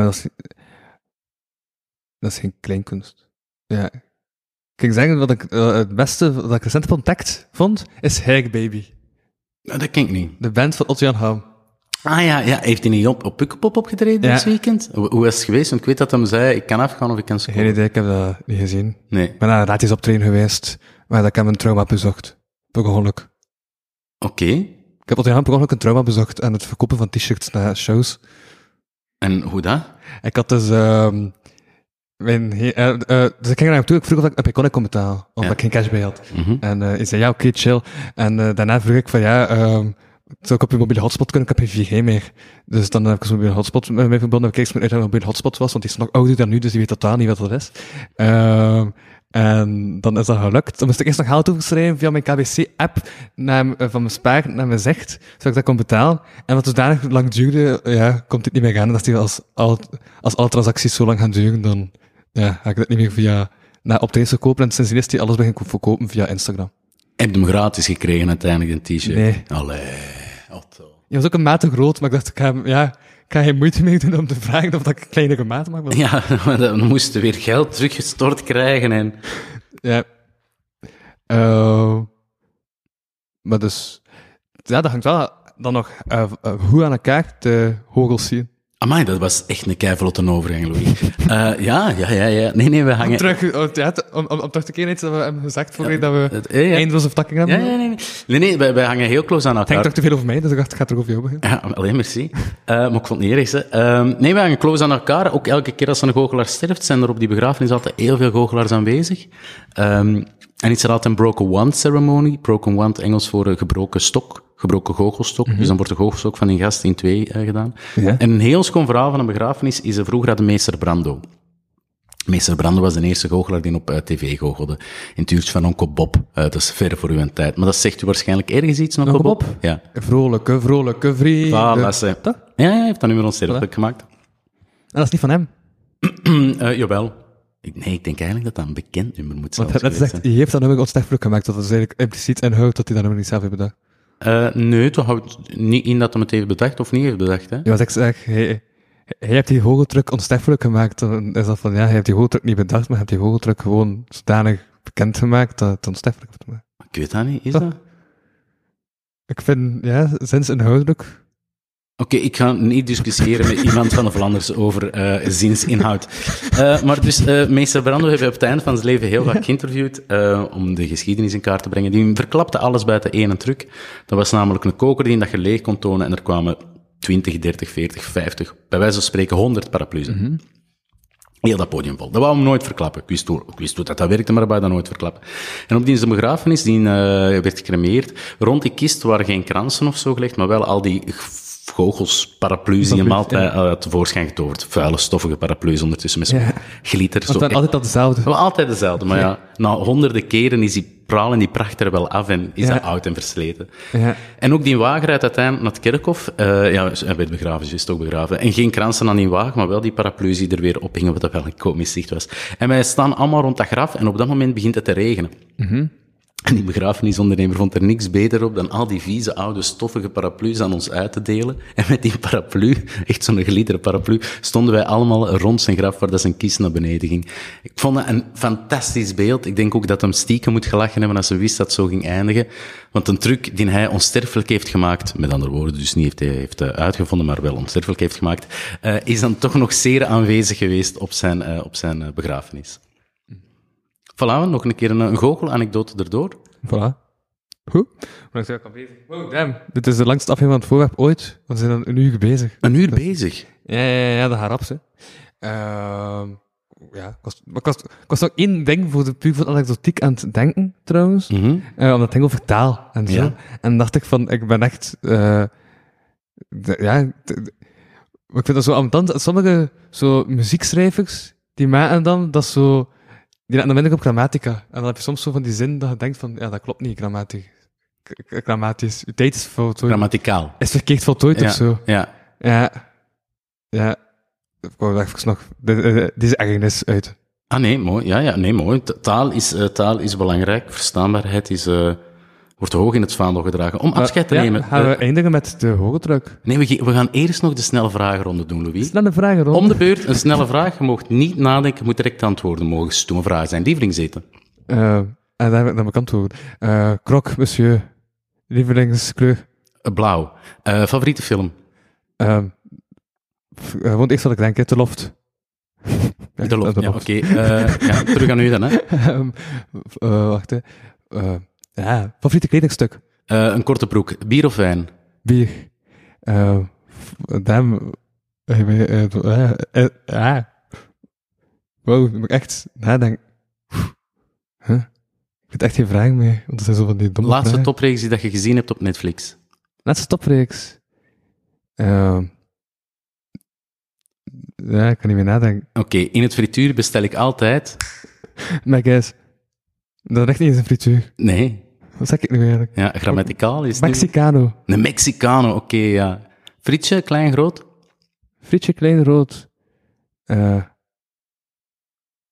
dat is geen kleinkunst. Ja. Ik kan zeggen, wat ik het beste, wat ik recent heb ontdekt vond, is Hair Baby. Dat ken ik niet. De band van Otto Jan Ham. Ah ja, heeft hij niet op Pukkelpop opgetreden dit weekend? Hoe is het geweest? Want ik weet dat hij zei, ik kan afgaan of ik kan scoren. Geen idee, ik heb dat niet gezien. Nee. Ik ben naar een raadjes optreden geweest, maar dat ik heb een trauma bezocht. Per ongeluk. Oké. Ik heb Otto Jan Ham per ongeluk een trauma bezocht aan het verkopen van t-shirts naar shows. En hoe dat? Ik had dus... dus ik ging naar hem toe, ik vroeg of ik op Iconic kon betalen, omdat ik geen cash bij had. En hij zei, ja, oké, chill. En daarna vroeg ik van, zou ik op je mobiele hotspot kunnen? Ik heb geen 4G meer. Dus dan heb ik zo'n mobiele hotspot met mij verbonden. Ik keek eens uit dat mijn mobiele hotspot was, want die is nog ouder dan nu, dus die weet totaal niet wat dat is. En dan is dat gelukt. Dan moest ik eerst nog geld overschrijven via mijn KBC-app van mijn spaar naar mijn Zicht, zodat ik dat kon betalen. En wat zodanig lang duurde, komt dit niet meer aan. En als alle transacties zo lang gaan duren, dan Ja, ga ik dat niet meer via... op de eerste kopen en sindsdien is die alles beginnen verkopen via Instagram. Heb je hem gratis gekregen uiteindelijk, een t-shirt? Nee. Allee, Otto. Je was ook een maat te groot, maar ik dacht, ik ga geen moeite mee doen om te vragen of ik een kleinere maat mag. Maar... Ja, maar dan moesten we weer geld teruggestort krijgen en... Ja. Maar dus... Ja, dat hangt wel dan nog goed aan elkaar, de Hogels zien. Amai, dat was echt een keivlotte overgang, Louis. Ja. Nee, we hangen... Om terug te keren iets dat we hebben gezegd vorige dat we eindeloze vertakking hebben. Nee, wij hangen heel close aan Het elkaar. hangt toch te veel over mij, dus ik dacht, ik ga terug over jou beginnen. Ja, alleen merci. Maar ik vond het niet erg, hè. Nee, we hangen close aan elkaar. Ook elke keer als een goochelaar sterft, zijn er op die begrafenis altijd heel veel goochelaars aanwezig. En is er altijd een broken wand ceremony. Broken wand, Engels voor gebroken stok. Gebroken goochelstok. Dus dan wordt de goochelstok van die gast in 2 gedaan. Ja. En een heel schoon verhaal van een begrafenis is vroeger had de meester Brando. Meester Brando was de eerste goochelaar die op tv goochelde. In het uurtje van Onkel Bob. Dat is ver voor uw tijd. Maar dat zegt u waarschijnlijk ergens iets, Onkel Bob? Ja. Vrolijke vrienden. Voilà, ze. Ja, hij heeft dat nummer onsterfelijk gemaakt. En dat is niet van hem. Jawel. Nee, ik denk eigenlijk dat dat een bekend nummer moet zijn. Want dat zegt, hij heeft dat nummer onsterfelijk gemaakt, dat is eigenlijk impliciet inhoudt dat hij dat nummer niet zelf heeft bedacht. Nee, het houdt niet in dat hij het heeft bedacht of niet heeft bedacht. Hè? Ja, als ik zeg, hij heeft die goocheltruc onsterfelijk gemaakt, dan is dat van, hij heeft die goocheltruc niet bedacht, maar hij heeft die goocheltruc gewoon zodanig bekend gemaakt dat het onsterfelijk wordt gemaakt. Ik weet dat niet, is dat? Ik vind, zinsinhoudelijk... Oké, ik ga niet discussiëren met iemand van de Vlaanders over zinsinhoud. Maar dus, meester Brando hebben we op het eind van zijn leven heel vaak geïnterviewd om de geschiedenis in kaart te brengen. Die verklapte alles buiten één truc. Dat was namelijk een koker die dat je leeg kon tonen en er kwamen 20, 30, 40, 50, bij wijze van spreken 100 paraplu's. Mm-hmm. Heel dat podium vol. Dat wou hem nooit verklappen. Ik wist hoe dat werkte, maar dat wou dat nooit verklappen. En op die begrafenis, die werd gecremeerd, rond die kist waren geen kransen of zo gelegd, maar wel al die goochels, paraplu's die hem altijd tevoorschijn getoverd. Vuile, stoffige paraplu's ondertussen met zo'n glitter. Want dan altijd dezelfde. Wel altijd dezelfde, maar ja, na honderden keren is die praal en die pracht er wel af en is dat oud en versleten. Ja. En ook die wagen rijdt uiteindelijk naar het kerkhof. Hij werd begraven, juist ook begraven. En geen kransen aan die wagen, maar wel die paraplu's die er weer ophingen, wat dat wel een komisch zicht was. En wij staan allemaal rond dat graf en op dat moment begint het te regenen. Mm-hmm. En die begrafenisondernemer vond er niks beter op dan al die vieze, oude, stoffige paraplu's aan ons uit te delen. En met die paraplu, echt zo'n glitteren paraplu, stonden wij allemaal rond zijn graf waar dat zijn kist naar beneden ging. Ik vond dat een fantastisch beeld. Ik denk ook dat hem stiekem moet gelachen hebben als hij wist dat het zo ging eindigen. Want een truc die hij onsterfelijk heeft gemaakt, met andere woorden, dus niet heeft uitgevonden, maar wel onsterfelijk heeft gemaakt, is dan toch nog zeer aanwezig geweest op zijn begrafenis. Voilà, nog een keer een goochel-anekdote erdoor. Voilà. Goed. Maar ik al bezig. Wow, damn. Dit is de langste aflevering van het voorwerp ooit. We zijn dan een uur bezig. Een uur bezig? Ja, dat gaat rap, hè. Ik was nog één ding voor de puur van anekdotiek aan het denken, trouwens. Mm-hmm. Omdat het ging over taal en zo. Ja. En dacht ik van, ik ben echt... ik vind dat zo ambetant. Sommige zo muziekschrijvers, die maken dan dat zo... Die letten minder op grammatica. En dan heb je soms zo van die zin dat je denkt van, ja, dat klopt niet, grammatisch. Je tijd is fout. Grammaticaal. Is verkeerd voltooid of zo. Ja. Ik wou even nog deze ergernis uit. Ah, nee, mooi. Ja, nee, mooi. Taal is belangrijk. Verstaanbaarheid wordt hoog in het vaandel gedragen. Om afscheid te nemen. Gaan we eindigen met de hoge druk? Nee, we gaan eerst nog de snelle vragenronde doen, Louis. Snelle vragenronde? Om de beurt, een snelle vraag. Je mag niet nadenken, je moet direct antwoorden. Mogen stomme vragen zijn. Lievelingseten? En daar heb ik naar mijn antwoord. Krok, monsieur. Lievelingskleur? Blauw. Favoriete film? Gewoon eerst wat ik denk, De Loft. De Loft, ja, oké. Terug aan u dan, hè. Wacht, hè. Favoriete kledingstuk? Een korte broek. Bier of wijn? Bier. Wow, moet ik echt nadenken. Ik heb echt geen vraag meer, want er zijn zo van die domme Laatste vragen. topreeks die dat je gezien hebt op Netflix? Laatste topreeks? Ik kan niet meer nadenken. Oké, in het frituur bestel ik altijd... Maar guys, dat is echt niet eens een frituur. Nee. Wat zeg ik nu eigenlijk? Ja, grammaticaal is Mexicano. Een Mexicano, oké, ja. Frietje, klein, groot? Frietje, klein, rood.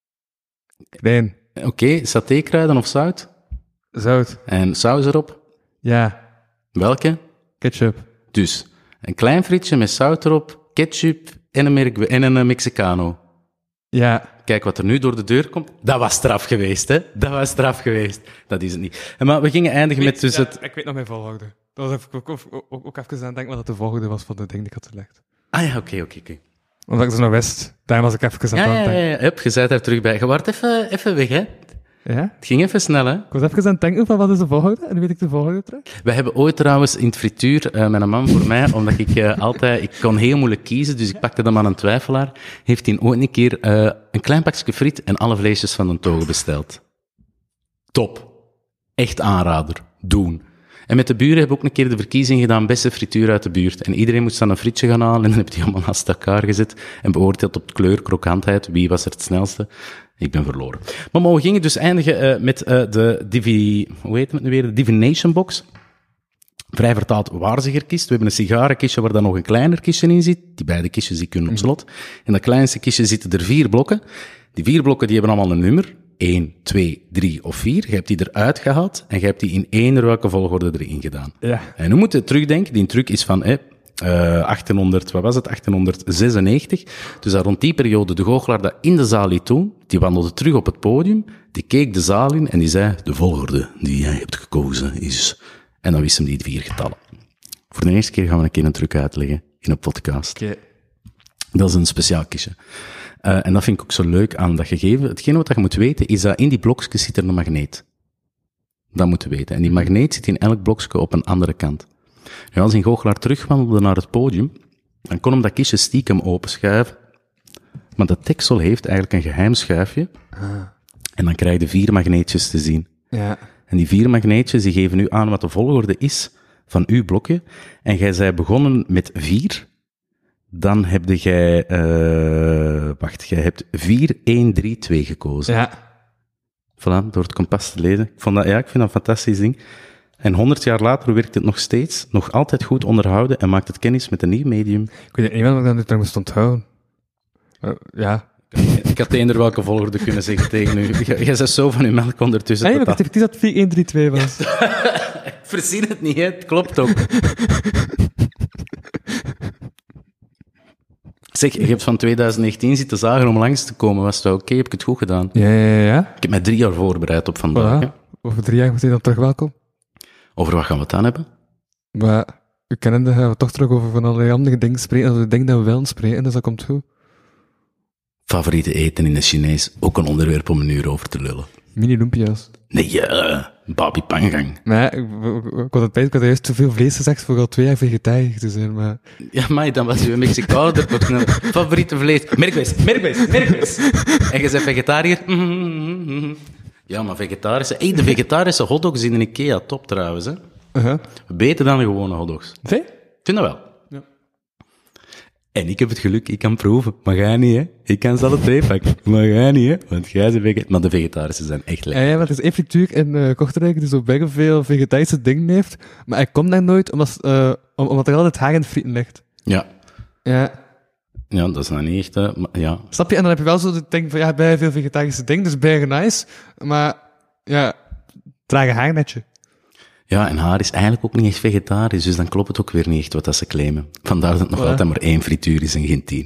Klein. Oké, satékruiden of zout? Zout. En saus erop? Ja. Welke? Ketchup. Dus, een klein frietje met zout erop, ketchup en een Mexicano. Ja. Kijk wat er nu door de deur komt. Dat was straf geweest, hè? Dat was straf geweest. Dat is het niet. Maar we gingen eindigen met dus het... Ik weet nog mijn volgorde. Dat was ook even aan het denken wat dat de volgorde was van de ding die ik had gelegd. Ah ja, oké. Omdat ik ze nog wist. Daarom was ik even aan het denken. Ja. Hup, je bent er terug bij. Je wordt even weg, hè? Ja? Het ging even snel, hè? Ik was even aan het denken van wat is de volgorde? En nu weet ik de volgorde terug. We hebben ooit trouwens in het frituur, met een man voor mij, omdat ik altijd... Ik kon heel moeilijk kiezen, dus ik pakte dan maar een twijfelaar. Heeft hij ooit een keer een klein pakje friet en alle vleesjes van een togen besteld. Top. Echt aanrader. Doen. En met de buren hebben we ook een keer de verkiezing gedaan, beste frituur uit de buurt. En iedereen moest dan een frietje gaan halen en dan heb die allemaal naast elkaar gezet en beoordeeld op kleur, krokantheid, wie was er het snelste. Ik ben verloren. Maar we gingen dus eindigen met de Divination Box. Vrij vertaald waarzeggerkist. We hebben een sigarenkistje waar dan nog een kleiner kistje in zit. Die beide kistjes die kunnen op slot. In dat kleinste kistje zitten er 4 blokken. Die 4 blokken die hebben allemaal een nummer. 1, 2, 3 of 4. Je hebt die eruit gehaald en je hebt die in één welke volgorde erin gedaan. Ja. En nu moet je terugdenken. Die truc is van 1896. Dus dat rond die periode de goochelaar dat in de zaal liet doen, die wandelde terug op het podium, die keek de zaal in en die zei, de volgorde die jij hebt gekozen is... En dan wist hem die 4 getallen. Voor de eerste keer gaan we een keer een truc uitleggen in een podcast. Okay. Dat is een speciaal kistje. En dat vind ik ook zo leuk aan dat gegeven. Hetgene wat je moet weten, is dat in die blokjes zit er een magneet. Dat moet je weten. En die magneet zit in elk blokje op een andere kant. Nu, als een goochelaar terugwandelde naar het podium, dan kon hem dat kistje stiekem openschuiven. Maar dat deksel heeft eigenlijk een geheim schuifje. En dan krijg je 4 magneetjes te zien. Ja. En die 4 magneetjes die geven nu aan wat de volgorde is van uw blokje. En jij bent begonnen met 4. Dan heb jij... jij hebt 4, 1, 3, 2 gekozen. Ja. Voilà, door het kompas te lezen. Ik vind dat een fantastisch ding. En 100 jaar later werkt het nog steeds, nog altijd goed onderhouden en maakt het kennis met een nieuw medium. Ik weet niet wat ik dan nu moest onthouden. Ja. Ik had eender welke volgorde kunnen zeggen tegen u. Jij zegt zo van uw melk ondertussen. Nee, maar ik had dat 4, 1, 3, 2 was. Ik verzin het niet, hè. Het klopt ook. Zeg, je hebt van 2019 zitten zagen om langs te komen. Was het oké? Heb ik het goed gedaan? Ja. Ik heb mij 3 jaar voorbereid op vandaag. Voilà. Over 3 jaar moet je dan terug welkom. Over wat gaan we het aan hebben? Maar, u kennen gaan we toch terug over van allerlei andere dingen spreken. Als we denken dat we wel spreken, dus dat komt goed. Favoriete eten in de Chinees, ook een onderwerp om een uur over te lullen. Mini lumpia's. Nee, babi pangang. Maar ik had juist te veel vlees gezegd voor al 2 jaar vegetariër te zijn, maar... Ja, maar dan was je Mexicaaner toch snel. Favoriete vlees. Merkwees. En je bent vegetariër? Ja, maar vegetarische... de vegetarische hotdogs in de Ikea, top trouwens, hè. Beter dan de gewone hotdogs. Vind Ik vind dat wel. Ja. En ik heb het geluk, ik kan proeven. Maar jij niet, hè. Ik kan ze alle 2 pakken. Maar jij niet, hè. Want jij bent vegetariër. Maar de vegetarische zijn echt lekker. Ja, maar het is één frituur in Kortrijk die zo best veel vegetarische dingen heeft. Maar ik kom daar nooit, omdat er altijd haar in de frieten ligt. Ja. Ja. Ja, dat is nou niet echt, maar ja. Snap je? En dan heb je wel zo het ding van, ja, bij veel vegetarische dingen, dus bij nice. Maar, ja, trage haarnetje. Ja, en haar is eigenlijk ook niet echt vegetarisch, dus dan klopt het ook weer niet echt wat dat ze claimen. Vandaar dat het nog altijd maar 1 frituur is en geen 10.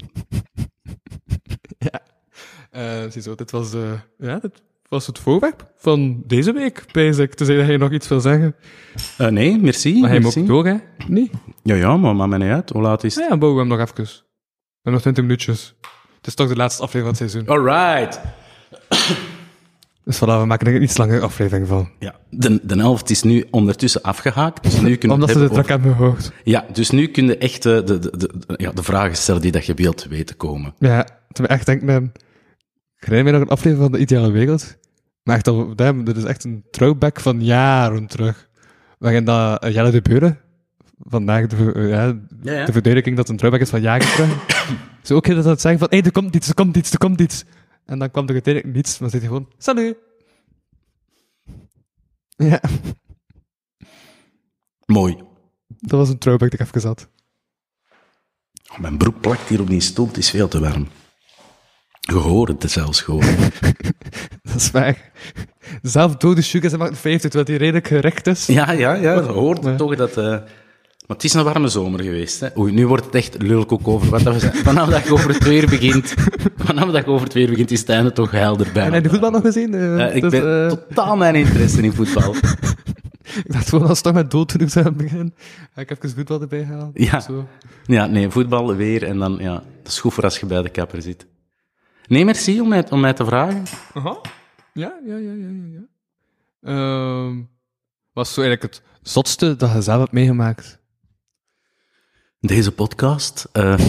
Ja. Ziezo, dit was het voorwerp van deze week, basic. Tenzij dat je nog iets wil zeggen. Nee, merci. Maar hij merci. moet ook door, hè? Nee? Ja, maar maakt mij niet uit. Hoe laat is het? Ja, bouwen we hem nog even. We hebben nog 20 minuutjes. Het is toch de laatste aflevering van het seizoen. Alright. Dus voilà, we maken er een iets langere aflevering van. Ja, de helft is nu ondertussen afgehaakt. Dus nu kunnen omdat ze de trak hebben gehoord. Ja, dus nu kun je echt de vragen stellen die dat je wilt weten komen. Ja, toen we echt denken, ik herinner me nog een aflevering van De Ideale Wereld. Maar echt al, dat is echt een throwback van jaren terug. Waarin dat Jelle de Beuren, vandaag de verduidelijking dat het een throwback is van jaren terug. Zo ook dat zeggen van, er komt iets. En dan kwam er uiteindelijk niets, maar zei hij gewoon, salut! Ja. Mooi. Dat was een throwback dat ik even zat. Oh, mijn broek plakt hier op die stoel, het is veel te warm. Je hoort het zelfs gewoon. Dat is waar. Zelf dode Sugar zijn maakt 50, terwijl die redelijk gerecht is. Ja, je hoort toch dat... Maar het is een warme zomer geweest. Hè. Oei, nu wordt het echt lulkoek over wat dat we zijn. Vanaf dat je over het weer begint, is het einde toch helder bij. En heb je de voetbal nog gezien? Ik ben totaal mijn interesse in voetbal. Ik dacht gewoon, als het toch met dood toen ik zou beginnen. Ik heb even voetbal erbij gehaald. Ja. Zo. Ja, nee, voetbal, weer en dan, ja, dat is goed voor als je bij de kapper zit. Nee, merci om mij te vragen. Aha. Ja. Wat is zo eigenlijk het zotste dat je zelf hebt meegemaakt? Deze podcast.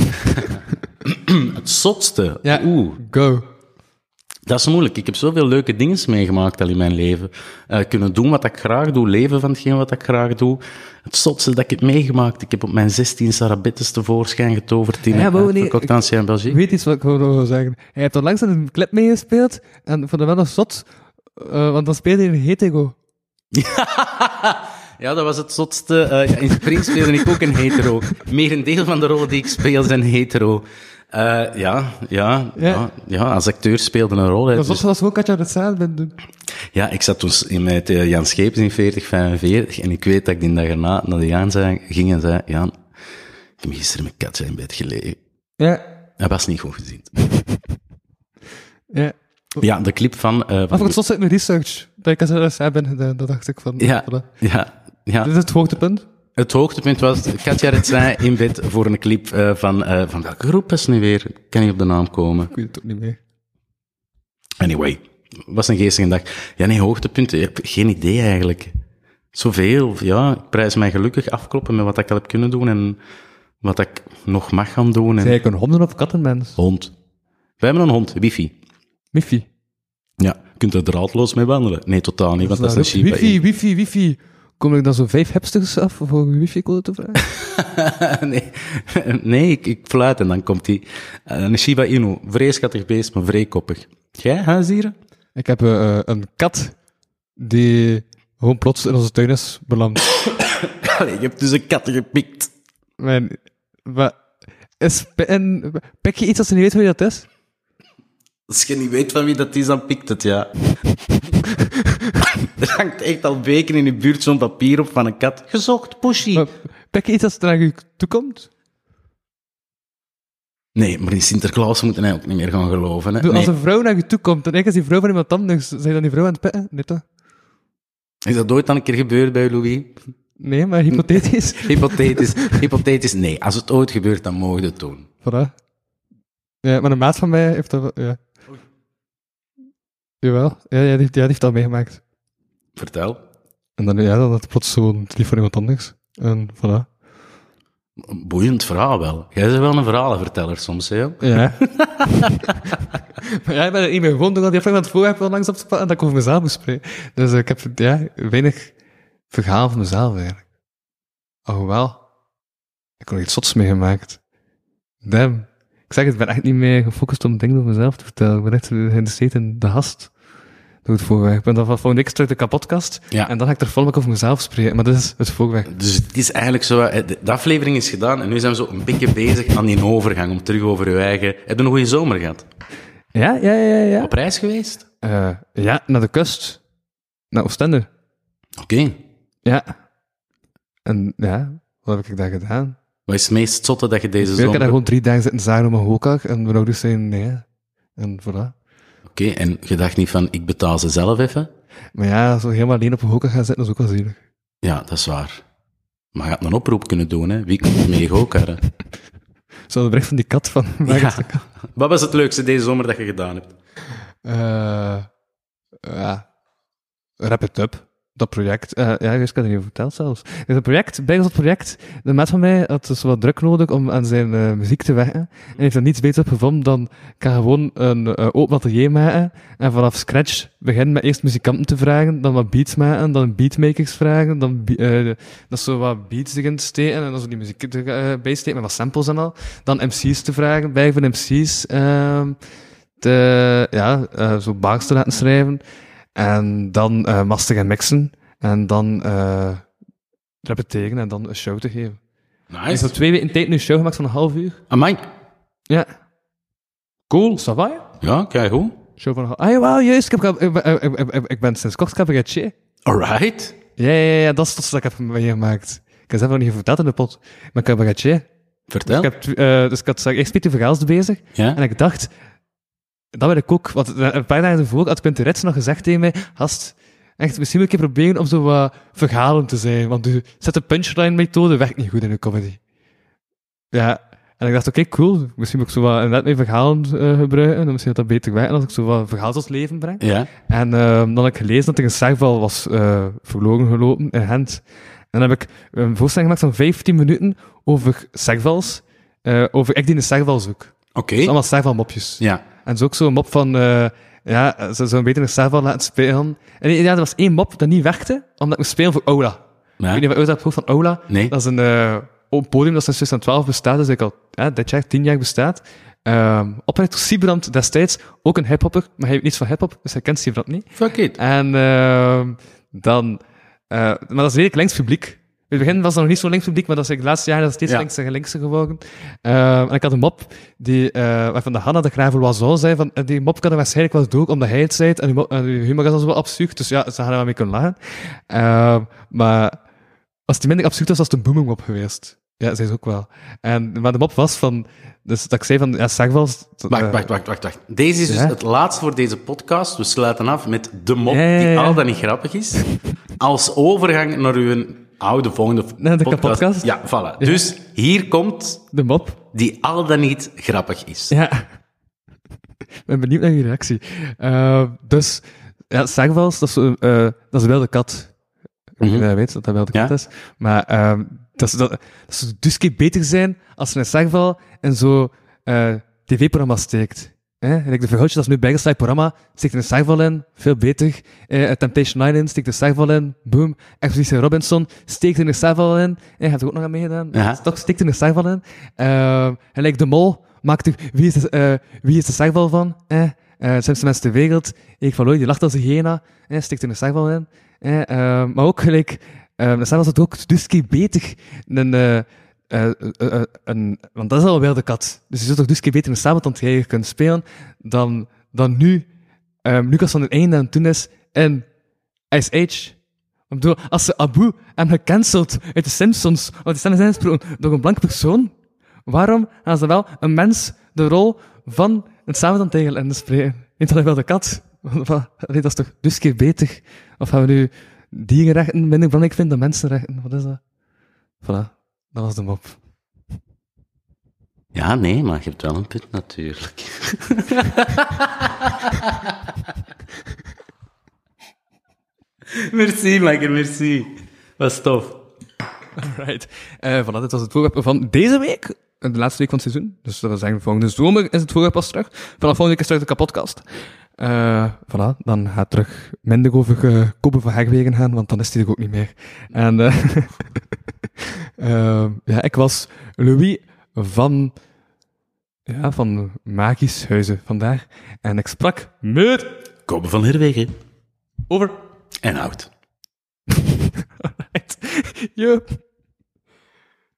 Het zotste. Ja, go. Dat is moeilijk. Ik heb zoveel leuke dingen meegemaakt al in mijn leven. Kunnen doen wat ik graag doe, leven van hetgeen wat ik graag doe. Het zotste dat ik heb meegemaakt. Ik heb op mijn 16 Sarah Bettes tevoorschijn getoverd in Cocktailsia in België. Weet iets wat ik wil zeggen. Hij heeft onlangs in een clip meegespeeld en vond het wel nog zot, want dan speelde hij een hetero. Ja, dat was het zotste. In Spring speelde ik ook een hetero. Merendeel van de rollen die ik speel zijn hetero. Als acteur speelde een rol. Dat was ook wat je aan het zaal bent doen. Ja, ik zat toen met Jan Scheepers in 4045 en ik weet dat ik die dag erna naar de Jan ging en zei, Jan, ik heb gisteren met Katja in bed gelegen. Ja. Dat was niet goed gezien. Ja. Ja, de clip van... Maar voor het slot zit mijn research. Dat ik als aan het zaal ben gedaan, dat dacht ik van... Ja. Dit is het hoogtepunt. Het hoogtepunt was Katja Retsij in bed voor een clip van welke groep is het nu weer? Ik kan niet op de naam komen. Ik weet het ook niet meer. Anyway, was een geestige dag. Ja, nee, hoogtepunten. Ik heb geen idee eigenlijk. Zoveel. Ja, ik prijs mij gelukkig afkloppen met wat ik al heb kunnen doen en wat ik nog mag gaan doen. Zijn ik een honden- of kattenmens? Hond. Wij hebben een hond, Wifi. Wifi? Ja, je kunt er draadloos mee wandelen. Nee, totaal niet, want dat is een Shiba Inu. Wifi. Kom ik dan zo 5 hipsters af voor een wifi-code te vragen? Nee, ik fluit en dan komt die. Een Shiba Inu, vreeschattig beest, maar vreekoppig. Jij, huisdieren? Ik heb een kat die gewoon plots in onze tuin is beland. Je hebt dus een kat gepikt. Pik je iets als je niet weet wie dat is? Als je niet weet van wie dat is, dan pikt het, ja. Er hangt echt al weken in de buurt zo'n papier op van een kat. Gezocht, pushy. Pik je iets als het naar je toekomt? Nee, maar in Sinterklaas moeten wij ook niet meer gaan geloven. Hè? Als een vrouw naar je toe komt, en ik is die vrouw van iemand anders, zijn je dan die vrouw aan het pitten? Nee, toch? Is dat ooit dan een keer gebeurd bij Louis? Nee, maar hypothetisch. Hypothetisch, nee. Als het ooit gebeurt, dan mogen we het doen. Voilà. Ja, maar een maat van mij heeft dat... Ja. Jawel, die heeft dat meegemaakt. Vertel. En dan had het plots zo'n lief voor iemand anders. En voilà. Een boeiend verhaal wel. Jij bent wel een verhalenverteller soms, hè? Ja. Maar ja, ik ben er niet meer gewoon door die aflevering van het voorwerp wel langs op te pakken en dat ik over mezelf moest spreken. Dus ik heb weinig verhaal van mezelf eigenlijk. Alhoewel, ik heb nog iets zots meegemaakt. Damn. Ik zeg het, ik ben echt niet meer gefocust om dingen over mezelf te vertellen. Ik ben echt geïnteresseerd in de gast. Door het voorwerp. Ik ben dan van volgende week terug de kapotkast. Ja. En dan ga ik er volgende over mezelf spreken. Maar dit is het voorwerp. Dus het is eigenlijk zo... De aflevering is gedaan en nu zijn we zo een beetje bezig aan die overgang. Om terug over je eigen... Heb je een goede zomer gehad? Ja. Op reis geweest? Ja, naar de kust. Naar Oostende. Oké. Ja. En ja, wat heb ik daar gedaan? Wat is het meest zotte dat je deze zomer... Ik heb daar gewoon 3 dagen zitten zagen op mijn hookkar. En mijn ouders zeiden nee. En voilà. Oké, en je dacht niet van, ik betaal ze zelf even? Maar ja, zo helemaal alleen op een hookkar gaan zitten, dat is ook wel zielig. Ja, dat is waar. Maar je had een oproep kunnen doen, hè. Wie komt mee gokarren? Zo, de bericht van die kat van... Ja. Wat was het leukste deze zomer dat je gedaan hebt? Wrap It Up. Dat project. Ik heb het niet over verteld zelfs. Het project, bij dat project, de maat van mij had dus wat druk nodig om aan zijn muziek te werken. En heeft er niets beter op gevonden dan, ik ga gewoon een open atelier maken en vanaf scratch beginnen met eerst muzikanten te vragen, dan wat beats maken, dan beatmakers vragen, dan dat zo wat beats erin steken en dan zo die muziek erbij steken met wat samples en al. Dan MC's te vragen, bij van MC's zo bars te laten schrijven. En dan masteren en mixen. En dan repeteren en dan een show te geven. Nice. Ik heb 2 weken tijd nu een show gemaakt van een half uur. Amai. Ja. Cool. Ça va, ja? Ja, kijk goed. Show van... Ah, jawel, juist. Ik ben sinds kort cabaretier. Alright. Ja, dat is dat ik heb meegemaakt. Ik heb het nog niet verteld in de pot. Ik ben cabaretier. Vertel. Dus ik had eerst Pieter Vergaals bezig. Ja? En ik dacht... Dat wil ik ook... Want een paar dagen ervoor had Quinten Rits nog gezegd tegen mij... Gast, echt, misschien moet ik een keer proberen om zo wat verhalen te zijn. Want de zet punchline-methode werkt niet goed in de comedy. Ja... En ik dacht, oké, cool. Misschien moet ik zo wat inderdaad mijn verhalen gebruiken. En misschien dat dat beter werkt als ik zo wat verhaal tot leven breng. Ja. En dan had ik gelezen dat er een sterfval was verloren gelopen in Gent. En dan heb ik een voorstelling gemaakt van 15 minuten over sterfvals. Over ik die een sterfval zoek. Oké. Dus allemaal sterfvalmopjes. Ja. En zo ook zo'n mop van... ze zouden beter een sterfval laten spelen. En ja, er was één mop dat niet werkte, omdat ik moest spelen voor Aula. Ja. Ik weet niet of je ooit hebt gehoord van Aula. Nee. Dat is een... Op podium dat sinds 2012 bestaat, dus ik al dit jaar 10 jaar bestaat. Opgericht door Siebrand destijds, ook een hiphopper, maar hij weet niets van hiphop, dus hij kent Siebrand niet. Fuck it. En maar dat is redelijk links publiek. In het begin was dat nog niet zo links publiek, maar dat is de laatste jaren steeds linkser en linkser geworden. En ik had een mop waarvan de Hanna de Gravel zei van, die mop kan er waarschijnlijk wel door, omdat hij het zei, en die humor is al zo wel absurd, dus ja, ze gaan er wel mee kunnen lachen. Maar als die minder absurd was, was het een booming mop geweest. Ja, zei ze ook wel. Maar de mop was van... Dus dat ik zei van... Ja, sterfvals... Wacht. Deze is dus het laatste voor deze podcast. We sluiten af met de mop die al dan niet grappig is. Als overgang naar uw oude volgende podcast. Ja, voilà. Ja. Dus hier komt... De mop. Die al dan niet grappig is. Ja. Ik ben benieuwd naar je reactie. Dus... Ja, sterfvals, dat is een wilde kat. Ik weet dat dat wel de kat is. Maar dat zou dus keer beter zijn als er een sterfval in zo'n tv-programma steekt. De Verhoutje, dat is nu bijgeslagen programma, steekt er een sterfval in, veel beter. Temptation Island steekt er een sterfval in, boom. Expeditie Robinson steekt er een sterfval in. Hij heeft er ook nog aan meegedaan. Ja. Toch steekt er een sterfval in. Gelijk De Mol maakt er... Wie is de sterfval van? Slimste mensen ter wereld. Erik van Looy, die lacht als een hyena. Steekt er een sterfval in. Maar ook gelijk, dan was het ook dus keer beter want dat is al wel de kat. Dus je zult toch dus keer beter een sabeltandtijger kunnen spelen dan nu Lucas van den Einde aan toen is in Ice Age. Ik bedoel, als ze Abu hem gecanceld uit de Simpsons, want die stemmen zijn gesproken door een blanke persoon, waarom gaan ze wel een mens de rol van een sabeltandtijger in spreken? Niet dat wel de kat? Dat is toch dus keer beter? Of gaan we nu dierenrechten minder belangrijk vinden dan mensenrechten? Wat is dat? Voilà, dat was de mop. Ja, nee, maar je hebt wel een punt natuurlijk. Merci, Michael, merci. Was tof. Alright. Voilà, dit was het voorwerp van deze week. De laatste week van het seizoen. Dus dat wil zeggen, volgende zomer is het voorwerp pas terug. Vanaf volgende week is het uit de kapotkast. Voilà, dan gaat het terug minder over Kobe van Herwegen gaan, want dan is hij er ook niet meer. En ja, ik was Louis van Magisch Huizen vandaag. En ik sprak met... Kobe van Herwegen. Over. En out. Alright. Yup.